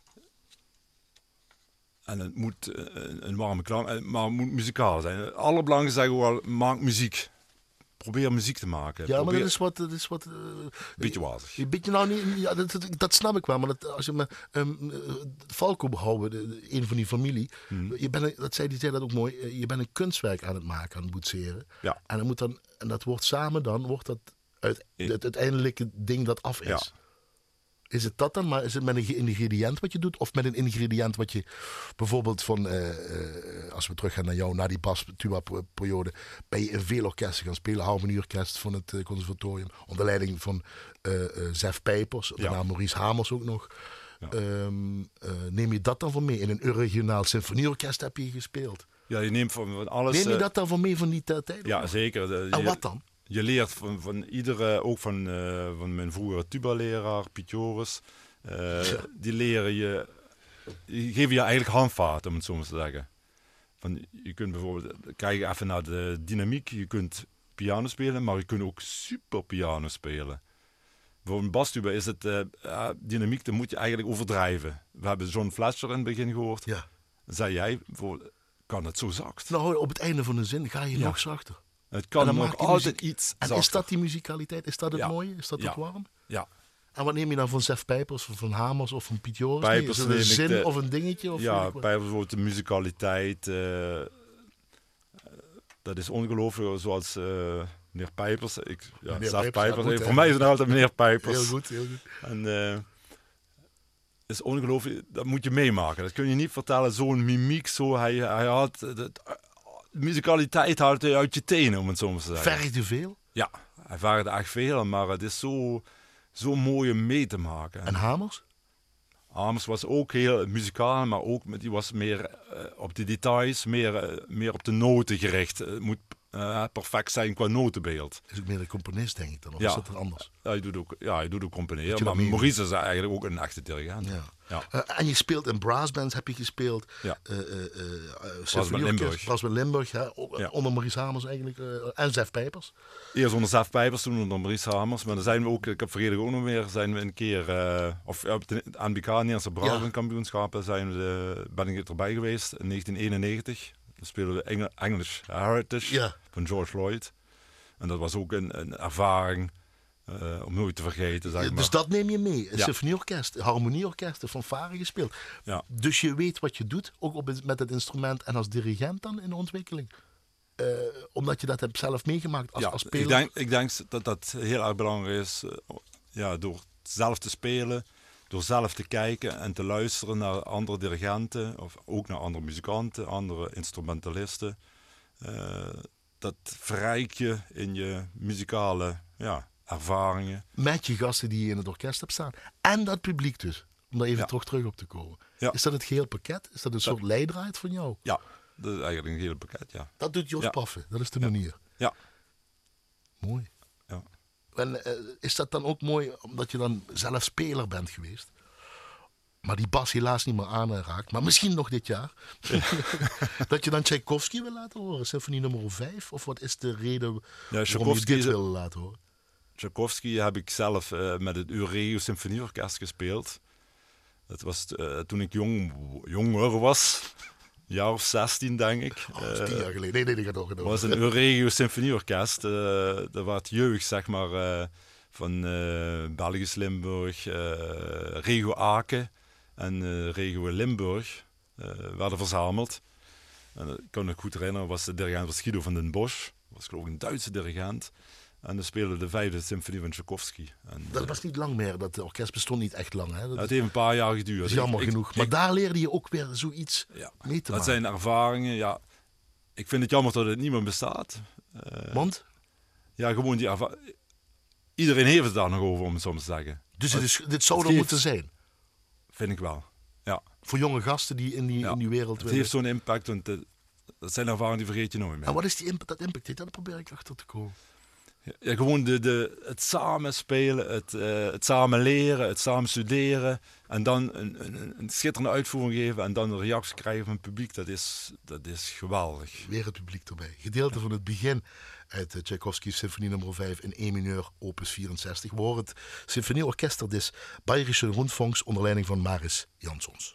en het moet eh, een, een warme klank, eh, maar het moet muzikaal zijn. Het allerbelangrijkste zeggen we wel, maak muziek. Probeer muziek te maken. Ja, maar Probeer, dat is wat... Dat is wat eh, beetje wazig. Een beetje nou niet, ja, dat, dat, dat snap ik wel, maar dat, als je me um, Falco houden, de, de- een van die familie, Hmm. je bent, een- dat zei die zei dat ook mooi, eh, je bent een kunstwerk aan het maken, aan het boetseren. Ja. En, dan moet dan, en dat wordt samen dan, wordt dat uit, Ja. het uiteindelijke ding dat af is. Ja. Is het dat dan, maar is het met een ingrediënt wat je doet, of met een ingrediënt wat je bijvoorbeeld van, eh, eh, als we teruggaan naar jou, naar die bas-tuba-periode, ben je in veel orkesten gaan spelen, harmonieorkest van het eh, conservatorium, onder leiding van eh eh, Zef Pijpers, Ja. daarna Maurice Hamers ook nog. Ja. Ehm, eh, neem je dat dan van mee? In een regionaal symfonieorkest heb je gespeeld. Ja, je neemt van, van alles. Neem je eh, dat dan van mee van die t- tijd? Ja, zeker. De- En je, wat dan? je leert van, van iedere, ook van, eh, van mijn vroegere tuba-leraar, Piet Joris. eh, Ja. Die leren je die geven je eigenlijk handvaten, om het zo maar te zeggen. Van, je kunt bijvoorbeeld, kijk even naar de dynamiek, je kunt piano spelen, maar je kunt ook super piano spelen. Voor een bastuba is het, uh, uh, dynamiek, dat moet je eigenlijk overdrijven. We hebben John Fletcher in het begin gehoord. Ja. Zei jij, voor, kan het zo zacht? Nou, op het einde van de zin ga je Ja. nog zachter. Het kan nog altijd muziek... iets En zachter. is dat die muzikaliteit? Is dat het Ja. mooie? Is dat Ja. het warm? Ja. En wat neem je dan van Zef Pijpers, of van Hamers of van Piet Joris? Pijpers is het een neem ik zin de- of een dingetje? Of weet Ja, ik wat? bij bijvoorbeeld de musicaliteit. eh, dat is ongelooflijk, zoals eh, meneer Pijpers. Ik, ja, Meneer Zef Pijpers, Pijpers. ja, goed, voor hè? mij is het altijd meneer Pijpers. Heel goed, heel goed. En eh, is ongelooflijk, dat moet je meemaken. Dat kun je niet vertellen, zo'n mimiek, zo, hij, hij had, de, de musicaliteit haalt hij uit je tenen, om het zo maar te zeggen. Vergt u veel? Ja, hij vaarde echt veel, maar het is zo, zo mooi om mee te maken. En Hamers? Hamers was ook heel muzikaal, maar ook met, die was meer eh, op de details, meer, eh, meer op de noten gericht. Het moet eh, perfect zijn qua notenbeeld. Is ook meer de componist, denk ik dan. Of Ja. is dat er anders? Ja, je doet ook, ja, je doet ook Dat componeren, je dat maar mee- Maurice is eigenlijk ook een echte dirigent. Ja. Ja. Eh, en je speelt in brassbands, heb je gespeeld. Ja. Uh, uh, uh, Brassband Limburg. Brassband Limburg, ja. O- Ja. Onder Maurice Hamers eigenlijk. eh, en Zef Pijpers. Eerst onder Zef Pijpers, toen onder Maurice Hamers. Maar dan zijn we ook, ik heb vergeten ook nog meer, zijn we een keer, uh, of ja, op de N B K, Nederlandse Brabant kampioenschappen, zijn we de, ben ik erbij geweest in negentien eenennegentig. Dan speelden we Engel, English Heritage Ja. van George Floyd. En dat was ook een, een ervaring uh, om nooit te vergeten, zeg maar. Dus dat neem je mee. Een Ja. symfonieorkest, een harmonieorkest, een fanfare gespeeld. Ja. Dus je weet wat je doet, ook op het, met het instrument en als dirigent dan in de ontwikkeling. Uh, omdat je dat hebt zelf meegemaakt als, ja, als speler. ik denk, ik denk dat dat heel erg belangrijk is. Uh, ja, door zelf te spelen, door zelf te kijken en te luisteren naar andere dirigenten, of ook naar andere muzikanten, andere instrumentalisten. Uh, dat verrijkt je in je muzikale ja, ervaringen. Met je gasten die je in het orkest hebt staan. En dat publiek dus. Om daar even Ja. toch terug op te komen. Ja. Is dat het geheel pakket? Is dat een soort leidraad van jou? Ja, dat is eigenlijk een hele pakket, ja. Dat doet Jos Ja. Paffen. Dat is de manier. Ja. Mooi. Ja. En uh, is dat dan ook mooi omdat je dan zelf speler bent geweest? Maar die bas helaas niet meer aanraakt. Maar misschien nog dit jaar. Dat je dan Tchaikovsky wil laten horen. Symfonie nummer vijf. Of wat is de reden Ja, waarom je Tchaikovsky dit is- wil laten horen? Tchaikovsky heb ik zelf uh, met het Euregio Symfonieorkest gespeeld. Dat was uh, toen ik jong, jonger was. Een jaar of zestien, denk ik. Oh, dat is tien jaar geleden. Nee, nee, dat gaat nog. Het was een Euregio Symfonieorkest. Uh, dat was het jeugd, zeg maar, uh, van uh, Belgisch Limburg, uh, Regio Aken en uh, Regio Limburg uh, werden verzameld. En, uh, ik kan me goed herinneren, was de dirigent was Guido van den Bosch. Dat was geloof ik een Duitse dirigent. En dan speelde de vijfde symfonie van Tchaikovsky. En, Dat uh, was niet lang meer. Dat orkest bestond niet echt lang. Hè? Dat het heeft een paar jaar geduurd. is jammer Ik- ik- genoeg. Maar ik- daar leerde je ook weer zoiets ja, mee te dat maken. zijn ervaringen, ja. Ik vind het jammer dat het niet meer bestaat. Uh, Want? ja, gewoon die ervaring. Iedereen heeft het daar nog over, om het zo maar te zeggen. Dus het is, dit zou het er geeft- moeten zijn. Vind ik wel. Ja. Voor jonge gasten die in die, Ja. in die wereld Het willen. heeft zo'n impact, want de- dat zijn ervaringen die vergeet je nooit meer. En wat is die impact, dat impact heeft? Daar probeer ik achter te komen. Ja, gewoon de, de, het samen spelen, het, uh, het samen leren, het samen studeren. En dan een, een, een schitterende uitvoering geven en dan een reactie krijgen van het publiek. Dat is, dat is geweldig. Weer het publiek erbij. Gedeelte van het begin uit uh, Tchaikovsky's Symfonie nummer vijf in E mineur, opus vierenzestig. We horen het Symfonieorkester des Bayerische Rundfunks onder leiding van Maris Jansons.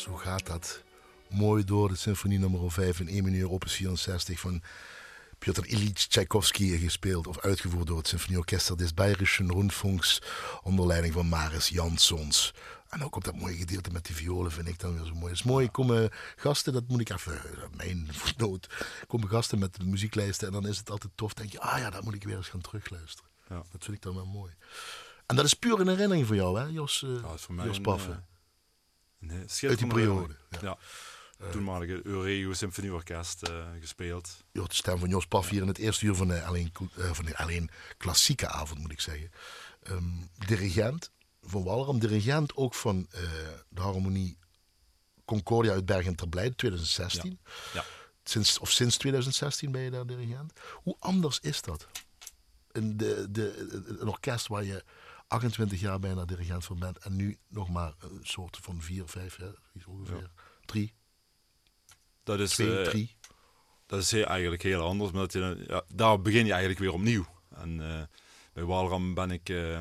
Zo gaat dat mooi door de symfonie nummer vijf in E mineur opus vierenzestig van Piotr Ilyich Tchaikovsky gespeeld of uitgevoerd door het Symfonieorchester des Bayerischen Rundfunks onder leiding van Maris Jansons. En ook op dat mooie gedeelte met die violen vind ik dan weer zo mooi. Het is mooi, komen gasten, dat moet ik even, mijn voetnoot, komen gasten met de muzieklijsten en dan is het altijd tof. Denk je, ah ja, dat moet ik weer eens gaan terugluisteren. Ja. Dat vind ik dan wel mooi. En dat is puur een herinnering voor jou, hè, Jos, uh, ja, voor mij Jos Paffen? Een, uh, uit die periode. Ja. ja. Uh, Toenmalige Euregio Symfonieorkest uh, gespeeld. Je hoort de stem van Jos Paff hier in het eerste uur van de alleen, uh, van de alleen klassieke avond, moet ik zeggen. Um, dirigent van Walram, dirigent ook van uh, de harmonie Concordia uit Bergen ter Blijde, twintig zestien. Ja. Ja. Sinds, of sinds twintig zestien ben je daar dirigent. Hoe anders is dat? In de, de, een orkest waar je achtentwintig jaar bijna dirigent van bent en nu nog maar een soort van vier, vijf, hè, ongeveer, ja. drie. Dat is, Twee, uh, drie. Dat is heel, eigenlijk heel anders. Maar dat je, ja, daar begin je eigenlijk weer opnieuw. En uh, bij Walram ben ik uh,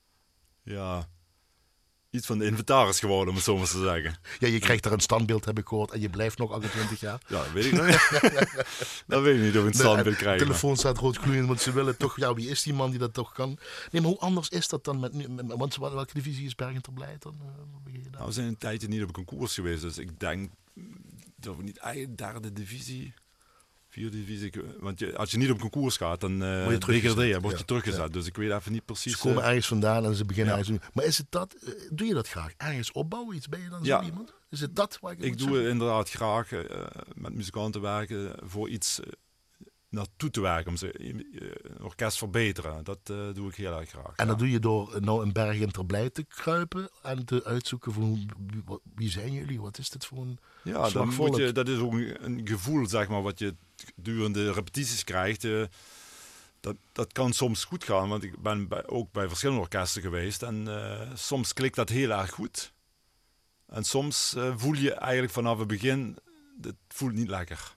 ja, iets van de inventaris geworden, om het zo maar te zeggen. Ja, je krijgt daar een standbeeld, heb ik gehoord, en je blijft nog achtentwintig jaar. Ja, dat weet ik nog niet. Dat weet ik niet of ik een standbeeld krijg. De telefoon staat rood gloeiend, want ze willen toch, ja, wie is die man die dat toch kan? Nee, maar hoe anders is dat dan met, met want welke divisie is Bergen ter Blijde dan? Uh, nou, we zijn een tijdje niet op een concours geweest, dus ik denk dat we niet eigenlijk derde divisie, vierde divisie, want je, als je niet op concours gaat, dan uh, word je degradeer, word je ja, teruggezet. Ja. Dus ik weet even niet precies. Ze komen uh, ergens vandaan en ze beginnen ja. ergens. Maar is het dat? Uh, doe je dat graag? Ergens opbouwen iets? Ben je dan ja. zo iemand? Is het dat waar ik? Ik doe zeggen? inderdaad graag uh, met muzikanten werken voor iets uh, naartoe te werken, om ze uh, een orkest verbeteren. Dat uh, doe ik heel erg graag. En ja. dat doe je door uh, nou in Bergen ter Blijde te kruipen en te uitzoeken van wie, wie zijn jullie? Wat is dit voor een ja, dan moet je, dat is ook een, een gevoel, zeg maar, wat je durende repetities krijgt. Uh, dat, dat kan soms goed gaan, want ik ben bij, ook bij verschillende orkesten geweest en uh, soms klikt dat heel erg goed. En soms uh, voel je eigenlijk vanaf het begin, het voelt niet lekker.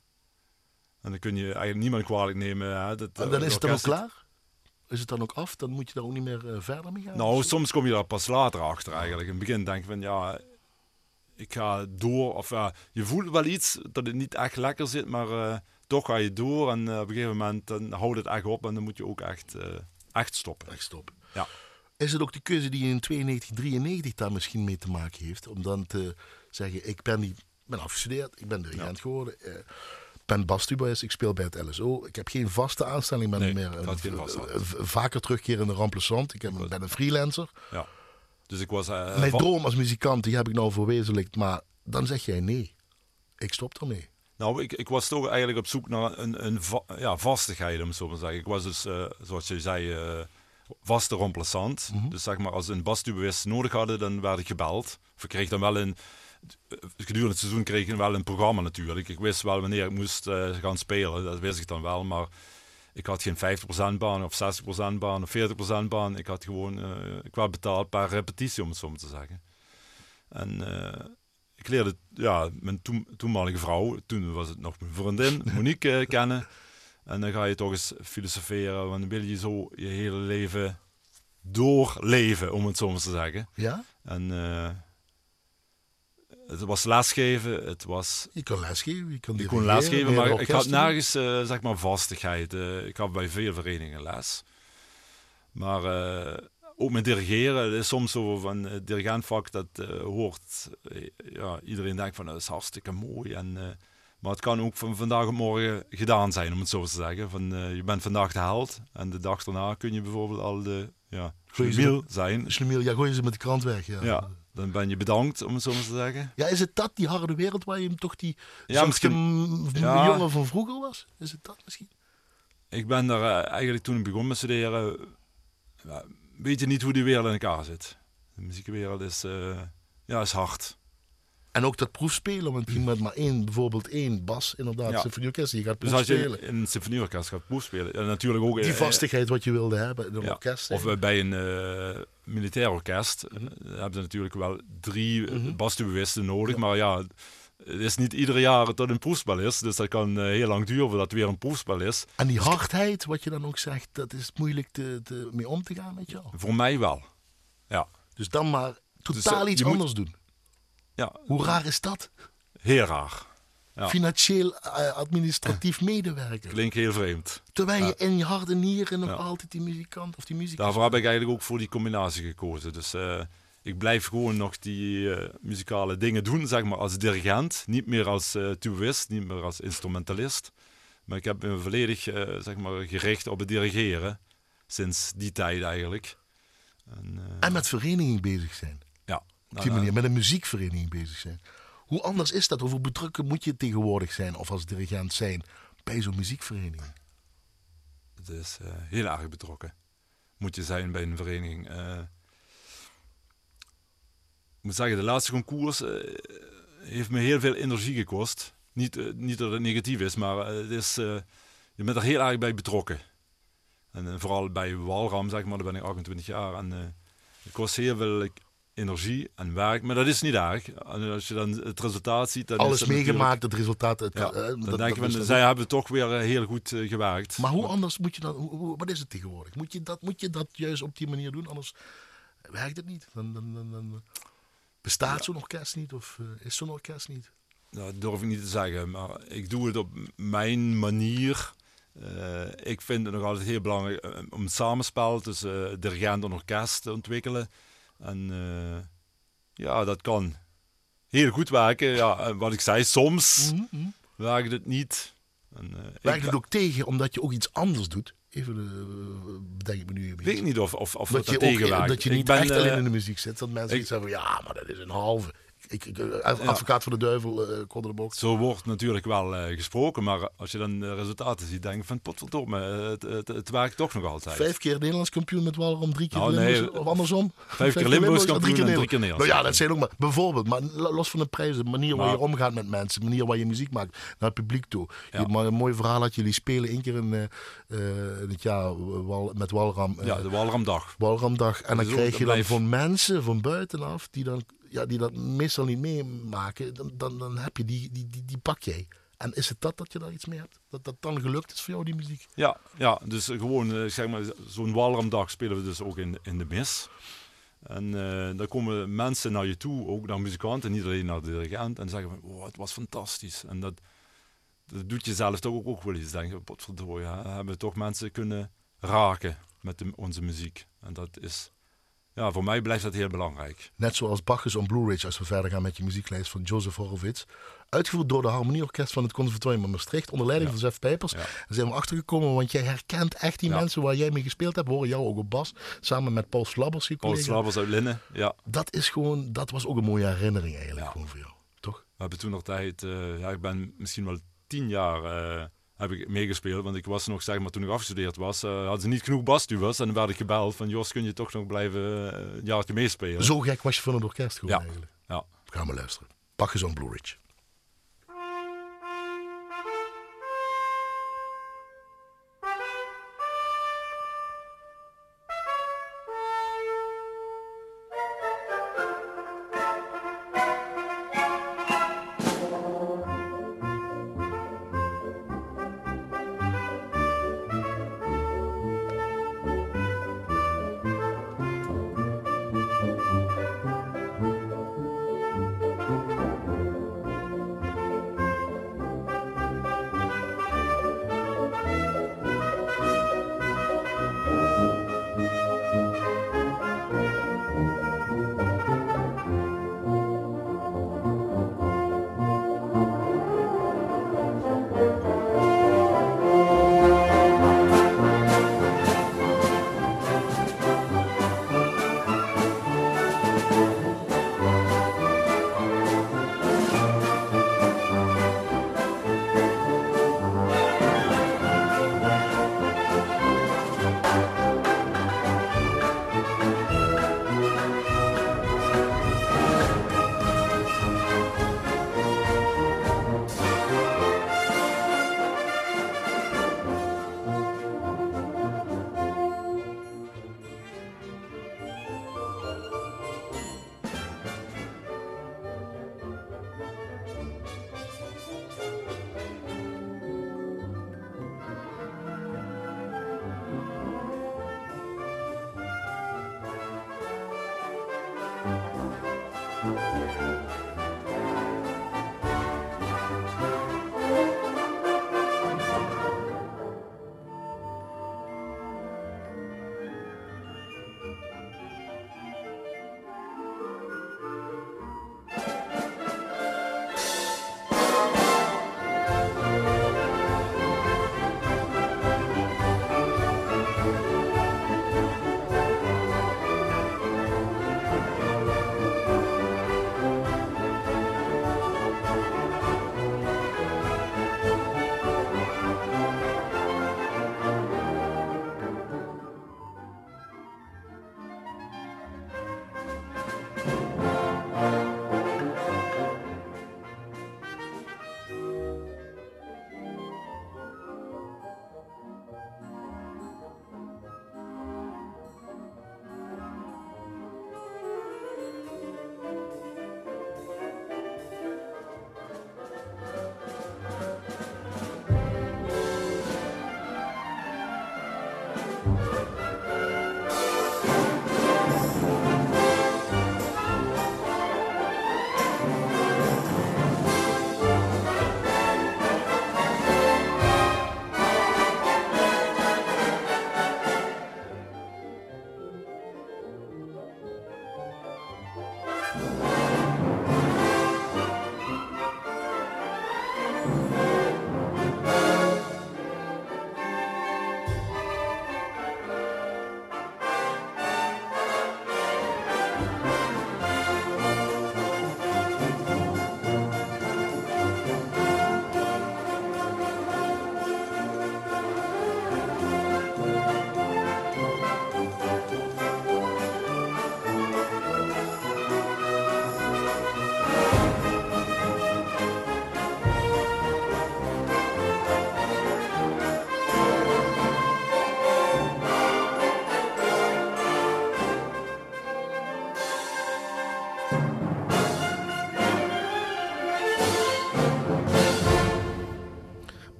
En dan kun je eigenlijk niemand kwalijk nemen. Hè, dat, en dan is het dan ook klaar? Is het dan ook af? Dan moet je daar ook niet meer uh, verder mee gaan? Nou, soms kom je daar pas later achter eigenlijk. In het begin denk je van, ja, ik ga door. Of ja, je voelt wel iets, dat het niet echt lekker zit, maar uh, toch ga je door. En uh, op een gegeven moment dan houdt het echt op en dan moet je ook echt, uh, echt stoppen. Echt stoppen. Ja. Is het ook de keuze die je in tweeënnegentig, drieënnegentig daar misschien mee te maken heeft? Om dan te zeggen, ik ben, die, ben afgestudeerd, ik ben dirigent ja. geworden. Uh, Ik ben basstubist, ik speel bij het L S O. Ik heb geen vaste aanstelling, ben nee, meer een, geen vaste een, een, vaker terugkerende remplaçant. Ik heb, ben een freelancer. Ja. Dus ik was, uh, Mijn va- droom als muzikant, die heb ik nou verwezenlijkt. Maar dan zeg jij nee, ik stop ermee. Nou, ik, ik was toch eigenlijk op zoek naar een, een va- ja, vastigheid, om het zo maar te zeggen. Ik was dus, uh, zoals je zei, uh, vaste remplaçant. Mm-hmm. Dus zeg maar, als een basstubist nodig hadden, dan werd ik gebeld. Of ik kreeg dan wel een... Gedurende het seizoen kreeg ik wel een programma natuurlijk. Ik wist wel wanneer ik moest uh, gaan spelen, dat wist ik dan wel. Maar ik had geen vijftig procent baan of zestig procent baan of veertig procent baan. Ik had gewoon, uh, ik werd betaald per repetitie, om het zo maar te zeggen. En uh, ik leerde ja, mijn toen, toenmalige vrouw, toen was het nog mijn vriendin, Monique, uh, kennen. En dan ga je toch eens filosoferen, want wil je zo je hele leven doorleven, om het zo maar te zeggen. Ja? En... Uh, Het was lesgeven, het was... Je kon lesgeven, je kon Ik kon lesgeven, maar ik had nergens, uh, zeg maar, vastigheid. Uh, ik had bij veel verenigingen les. Maar uh, ook met dirigeren, het is soms zo van het dirigentvak, dat uh, hoort... Uh, ja, iedereen denkt van, dat is hartstikke mooi. En, uh, maar het kan ook van vandaag op morgen gedaan zijn, om het zo te zeggen. Van, uh, je bent vandaag de held en de dag daarna kun je bijvoorbeeld al de... Ja, slemiel zijn. Slemiel, ja, gooi je ze met de krant weg. Ja. ja. Dan ben je bedankt, om het zo maar te zeggen. Ja, is het dat, die harde wereld, waar je hem toch die ja, misschien, m- ja. jongen van vroeger was? Is het dat misschien? Ik ben daar uh, eigenlijk toen ik begon met studeren... Uh, weet je niet hoe die wereld in elkaar zit. De muziekwereld is, uh, ja, is hard. En ook dat proefspelen, want je met maar één, bijvoorbeeld één bas, inderdaad, ja. symfonieorkest, je gaat proefspelen. Dus als je in een symfonieorkest gaat proefspelen, en natuurlijk ook... Die vastigheid uh, wat je wilde hebben in een ja. orkest. Of uh, bij een uh, militair orkest, mm-hmm. uh, hebben ze natuurlijk wel drie mm-hmm. basstubisten nodig, ja. maar ja, het is niet ieder jaar dat een proefspel is, dus dat kan uh, heel lang duren voordat weer een proefspel is. En die hardheid, wat je dan ook zegt, dat is moeilijk te, te, mee om te gaan met jou? Voor mij wel, ja. Dus dan maar totaal dus, uh, iets anders moet... doen. Ja, Hoe raar is dat? heel raar. Ja. Financieel, uh, administratief medewerker. Klinkt heel vreemd. Terwijl je Ja. in je hart en nieren nog Ja. altijd die muzikant of die muziek. Daarvoor heb ik eigenlijk ook voor die combinatie gekozen. Dus uh, ik blijf gewoon nog die uh, muzikale dingen doen, zeg maar, als dirigent. Niet meer als uh, toerist, niet meer als instrumentalist. Maar ik heb me volledig uh, zeg maar, gericht op het dirigeren. Sinds die tijd eigenlijk. En, uh, en met vereniging bezig zijn. Ja. Op die Nou, manier, met een muziekvereniging bezig zijn. Hoe anders is dat? Of hoe betrokken moet je tegenwoordig zijn of als dirigent zijn bij zo'n muziekvereniging? Het is uh, heel erg betrokken. Moet je zijn bij een vereniging. Uh, ik moet zeggen, de laatste concours uh, heeft me heel veel energie gekost. Niet, uh, niet dat het negatief is, maar uh, het is, uh, je bent er heel erg bij betrokken. En uh, vooral bij Walram, zeg maar, daar ben ik achtentwintig jaar. En uh, het kost heel veel energie en werk, maar dat is niet erg. En als je dan het resultaat ziet... Dan Alles is het meegemaakt, het resultaat... Het, ja, uh, dan dat, denk je, dat van, is zij hebben toch weer uh, heel goed uh, gewerkt. Maar hoe anders moet je dan... Hoe, hoe, wat is het tegenwoordig? Moet je, dat, moet je dat juist op die manier doen? Anders werkt het niet. Dan, dan, dan, dan bestaat ja. zo'n orkest niet of uh, is zo'n orkest niet? Dat durf ik niet te zeggen, maar ik doe het op mijn manier. Uh, ik vind het nog altijd heel belangrijk uh, om het samenspel tussen uh, dirigent en orkest te ontwikkelen. En uh, ja, dat kan heel goed werken. Ja, wat ik zei, soms mm-hmm. werkt het niet. En, uh, werkt het ook tegen omdat je ook iets anders doet? Even, uh, bedenk ik me nu even. Weet ik niet of, of, of dat, dat je tegenwerkt. Dat je niet ben, echt uh, alleen in de muziek zit. Dat mensen ik, iets zeggen van, ja, maar dat is een halve. Ik, ik, advocaat ja. voor de duivel, uh, kon er de box. Zo wordt natuurlijk wel uh, gesproken, maar als je dan uh, resultaten ziet, denk je van potverdomme, het, het, het werkt toch nog altijd. Vijf keer Nederlands kampioen met Walram, drie keer nou, Limburgs, nee, of andersom? Vijf, vijf keer Limburgs kampioen en drie keer Nederlands. Nou ja, dat zijn ook maar, bijvoorbeeld, maar los van de prijzen, de manier maar, waar je omgaat met mensen, de manier waar je muziek maakt, naar het publiek toe. Ja. Je, maar een mooi verhaal had, jullie spelen één keer in, uh, in het jaar wal, met Walram. Uh, ja, de Walramdag. Walramdag. En dan dus krijg je dan van mensen van buitenaf, die dan... Ja, die dat meestal niet meemaken, dan, dan, dan heb je die, die, die, die pak jij. En is het dat dat je daar iets mee hebt? Dat dat dan gelukt is voor jou, die muziek? Ja, ja dus gewoon, zeg maar, zo'n Walramdag spelen we dus ook in, in de mis. En uh, dan komen mensen naar je toe, ook naar muzikanten, niet alleen naar de dirigent, en zeggen van, oh, het was fantastisch. En dat, dat doet je zelf toch ook, ook wel iets. Denk je, potverdorie, hebben we toch mensen kunnen raken met de, onze muziek. En dat is... Ja, voor mij blijft dat heel belangrijk. Net zoals Bacchus on Blue Ridge, als we verder gaan met je muzieklijst van Joseph Horowitz. Uitgevoerd door de Harmonieorkest van het Conservatorium van Maastricht, onder leiding ja. van Zef Pijpers. Ja. Daar zijn we achtergekomen, want jij herkent echt die ja. mensen waar jij mee gespeeld hebt. We horen jou ook op bas, samen met Paul Slabbers. Paul Slabbers uit Linnen, ja. Dat is gewoon, dat was ook een mooie herinnering eigenlijk ja. gewoon voor jou, toch? We hebben toen nog tijd, uh, ja, ik ben misschien wel tien jaar... Uh, heb ik meegespeeld, want ik was nog, zeg maar, toen ik afgestudeerd was, uh, hadden ze niet genoeg basduwers en dan werd ik gebeld van, Jos, kun je toch nog blijven uh, een jaartje meespelen? Zo gek was je van het orkest gewoon ja. eigenlijk. Ja. Gaan we luisteren. Bacchus on Blue Ridge.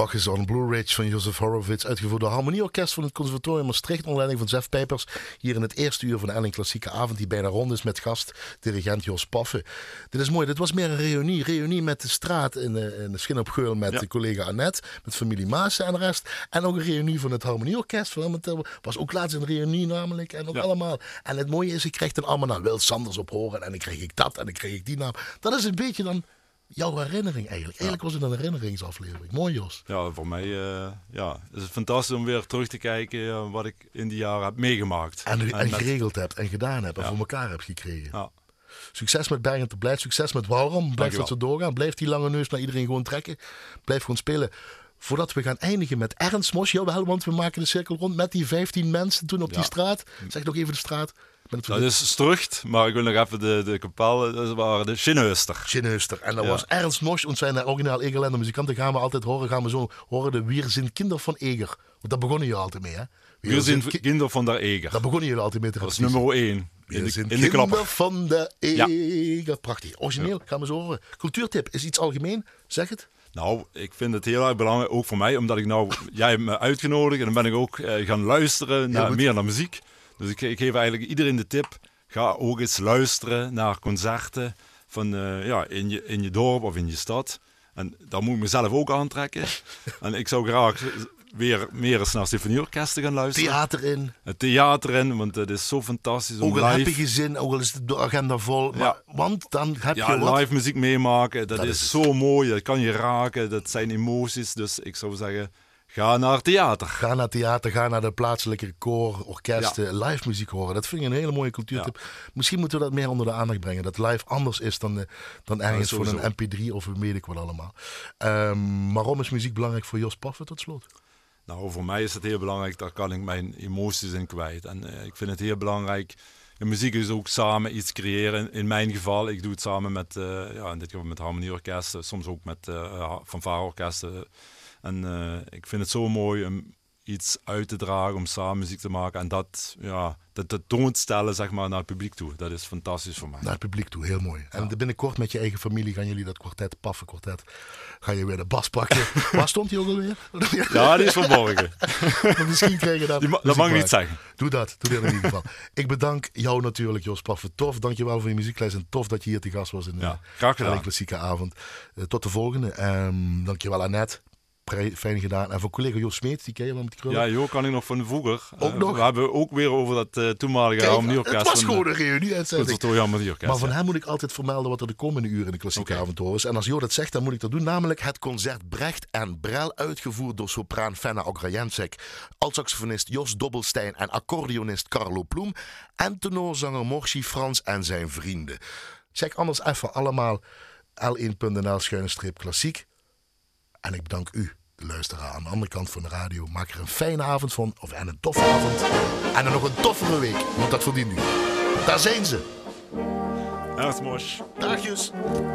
Bach on Blue Ridge van Joseph Horowitz, uitgevoerd door Harmonieorkest van het Conservatorium Maastricht onder leiding van Jeff Pijpers. Hier in het eerste uur van de Elling Klassieke Avond, die bijna rond is met gast dirigent Jos Paffe. Dit is mooi, dit was meer een reunie. Reunie met de straat in de, in de Schin op Geul met ja. de collega Annette, met familie Maassen en de rest. En ook een reunie van het Harmonieorkest. Het was ook laatst een reunie namelijk. En ook ja. allemaal. En het mooie is, ik krijg dan allemaal naar Wil Sanders op horen. En dan kreeg ik dat en dan kreeg ik die naam. Dat is een beetje dan jouw herinnering eigenlijk. Eigenlijk ja. was het een herinneringsaflevering. Mooi, Jos. Ja, voor mij uh, ja, is het fantastisch om weer terug te kijken uh, wat ik in die jaren heb meegemaakt. En, en, en met... geregeld hebt en gedaan hebt en ja. voor elkaar hebt gekregen. Ja. Succes met Bergen te Blijf. Succes met Walram. Blijf dat zo doorgaan. Blijf die lange neus naar iedereen gewoon trekken. Blijf gewoon spelen. Voordat we gaan eindigen met Ernst Mos. Jawel, want we maken de cirkel rond met die vijftien mensen toen op ja. die straat. Zeg nog even de straat. Dat is Strucht, maar ik wil nog even de, de kapel, dat waren de Schinheuster. Schinheuster. En dat ja. was Ernst Mos, en zijn origineel Egerländer muzikanten. Gaan we altijd horen, gaan we zo horen de Wir sind Kinder van Eger. Want daar begonnen jullie altijd mee, hè? Wir, Wir sind ki- Kinder van der Eger. Daar begonnen jullie altijd mee te gaan. Dat is nummer één. Wir in de, sind in de Kinder van de Eger. Ja. Prachtig. Origineel, ja. gaan we zo horen. Cultuurtip is iets algemeen, zeg het. Nou, ik vind het heel erg belangrijk, ook voor mij, omdat ik nou, jij hebt me uitgenodigd en dan ben ik ook uh, gaan luisteren naar, meer naar muziek. Dus ik, ik geef eigenlijk iedereen de tip, ga ook eens luisteren naar concerten van, uh, ja, in, je, in je dorp of in je stad. En daar moet ik mezelf ook aantrekken. En ik zou graag weer meer eens naar symfonieorkesten gaan luisteren. Theater in. Het theater in, want het is zo fantastisch. Ook al heb je gezin, ook al is de agenda vol. Maar, ja. Want dan heb ja, je wat... live muziek meemaken, dat, dat is, is zo mooi. Dat kan je raken, dat zijn emoties. Dus ik zou zeggen, ga naar theater. Ga naar theater, ga naar de plaatselijke koor, orkesten, ja. live muziek horen. Dat vind ik een hele mooie cultuurtip. Ja. Misschien moeten we dat meer onder de aandacht brengen. Dat live anders is dan, de, dan ergens ja, voor een M P drie of weet ik wat allemaal. Um, waarom is muziek belangrijk voor Jos Paffe tot slot? Nou, voor mij is het heel belangrijk, daar kan ik mijn emoties in kwijt. En uh, ik vind het heel belangrijk, in muziek is ook samen iets creëren. In mijn geval, ik doe het samen met, uh, ja, in dit geval met harmonieorkesten, soms ook met uh, fanfareorkesten. En uh, ik vind het zo mooi om iets uit te dragen, om samen muziek te maken. En dat, ja, dat tentoonstellen zeg maar, naar het publiek toe. Dat is fantastisch voor mij. Naar het publiek toe, heel mooi. En ja. binnenkort met je eigen familie gaan jullie dat kwartet, Paffe kwartet, ga je weer de bas pakken. Waar stond hij ook alweer? Ja, die is verborgen. Misschien krijg je dat. Die ma- dat mag ik niet zeggen. Doe dat, doe dat in ieder geval. Ik bedank jou natuurlijk, Jos Paffe. Tof, dankjewel voor je muzieklijst en tof dat je hier te gast was in ja, graag gedaan. de klassieke avond. Uh, tot de volgende. Um, dankjewel Annette. Fijn gedaan. En voor collega Jo Smeets, die ken je wel met die krullen. Ja, Jo kan ik nog van vroeger. Ook uh, nog? We hebben ook weer over dat uh, toenmalige harmonieorkest. Het was gewoon een reunie. Maar van ja. hem moet ik altijd vermelden wat er de komende uren in de klassieke okay. avond horen is. En als Jo dat zegt, dan moet ik dat doen. Namelijk het concert Brecht en Brel, uitgevoerd door sopraan Fenna Ograjensek, altsaxofonist Jos Dobbelstein en accordeonist Carlo Ploem en tenorzanger Morsi Frans en zijn vrienden. Check anders even allemaal L één punt n l schuine streep klassiek. En ik bedank u, de luisteraar aan de andere kant van de radio. Maak er een fijne avond van, of en een toffe avond. En dan nog een toffere week, want dat verdient u. Daar zijn ze. Ernst Mos. Dagjes.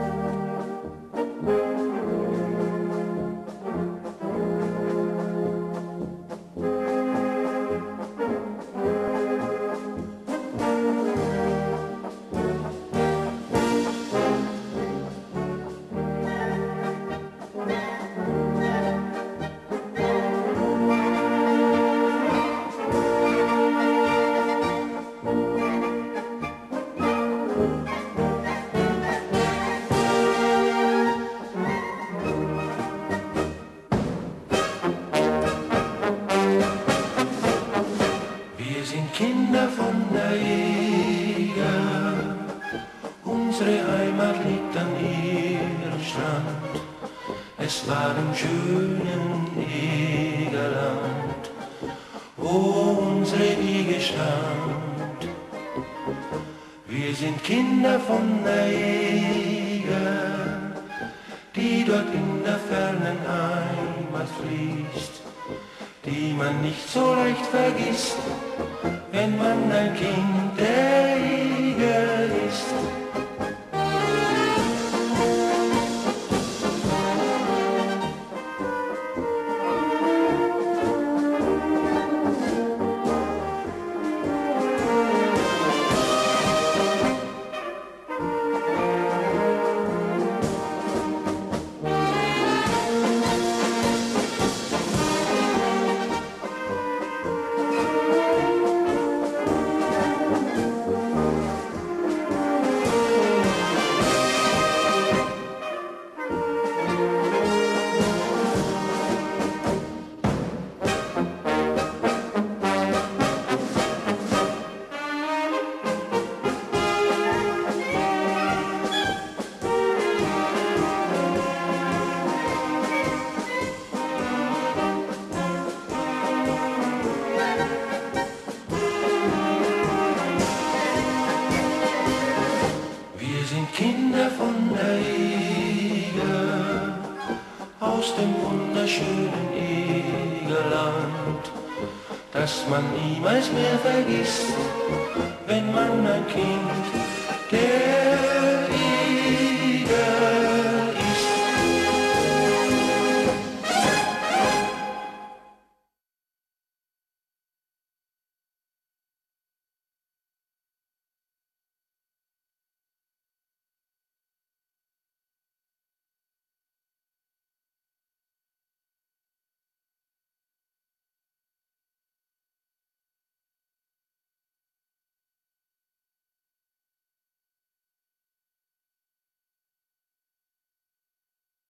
Wenn man ein Kind der Eger ist. man niemals mehr vergisst, wenn man ein Kind der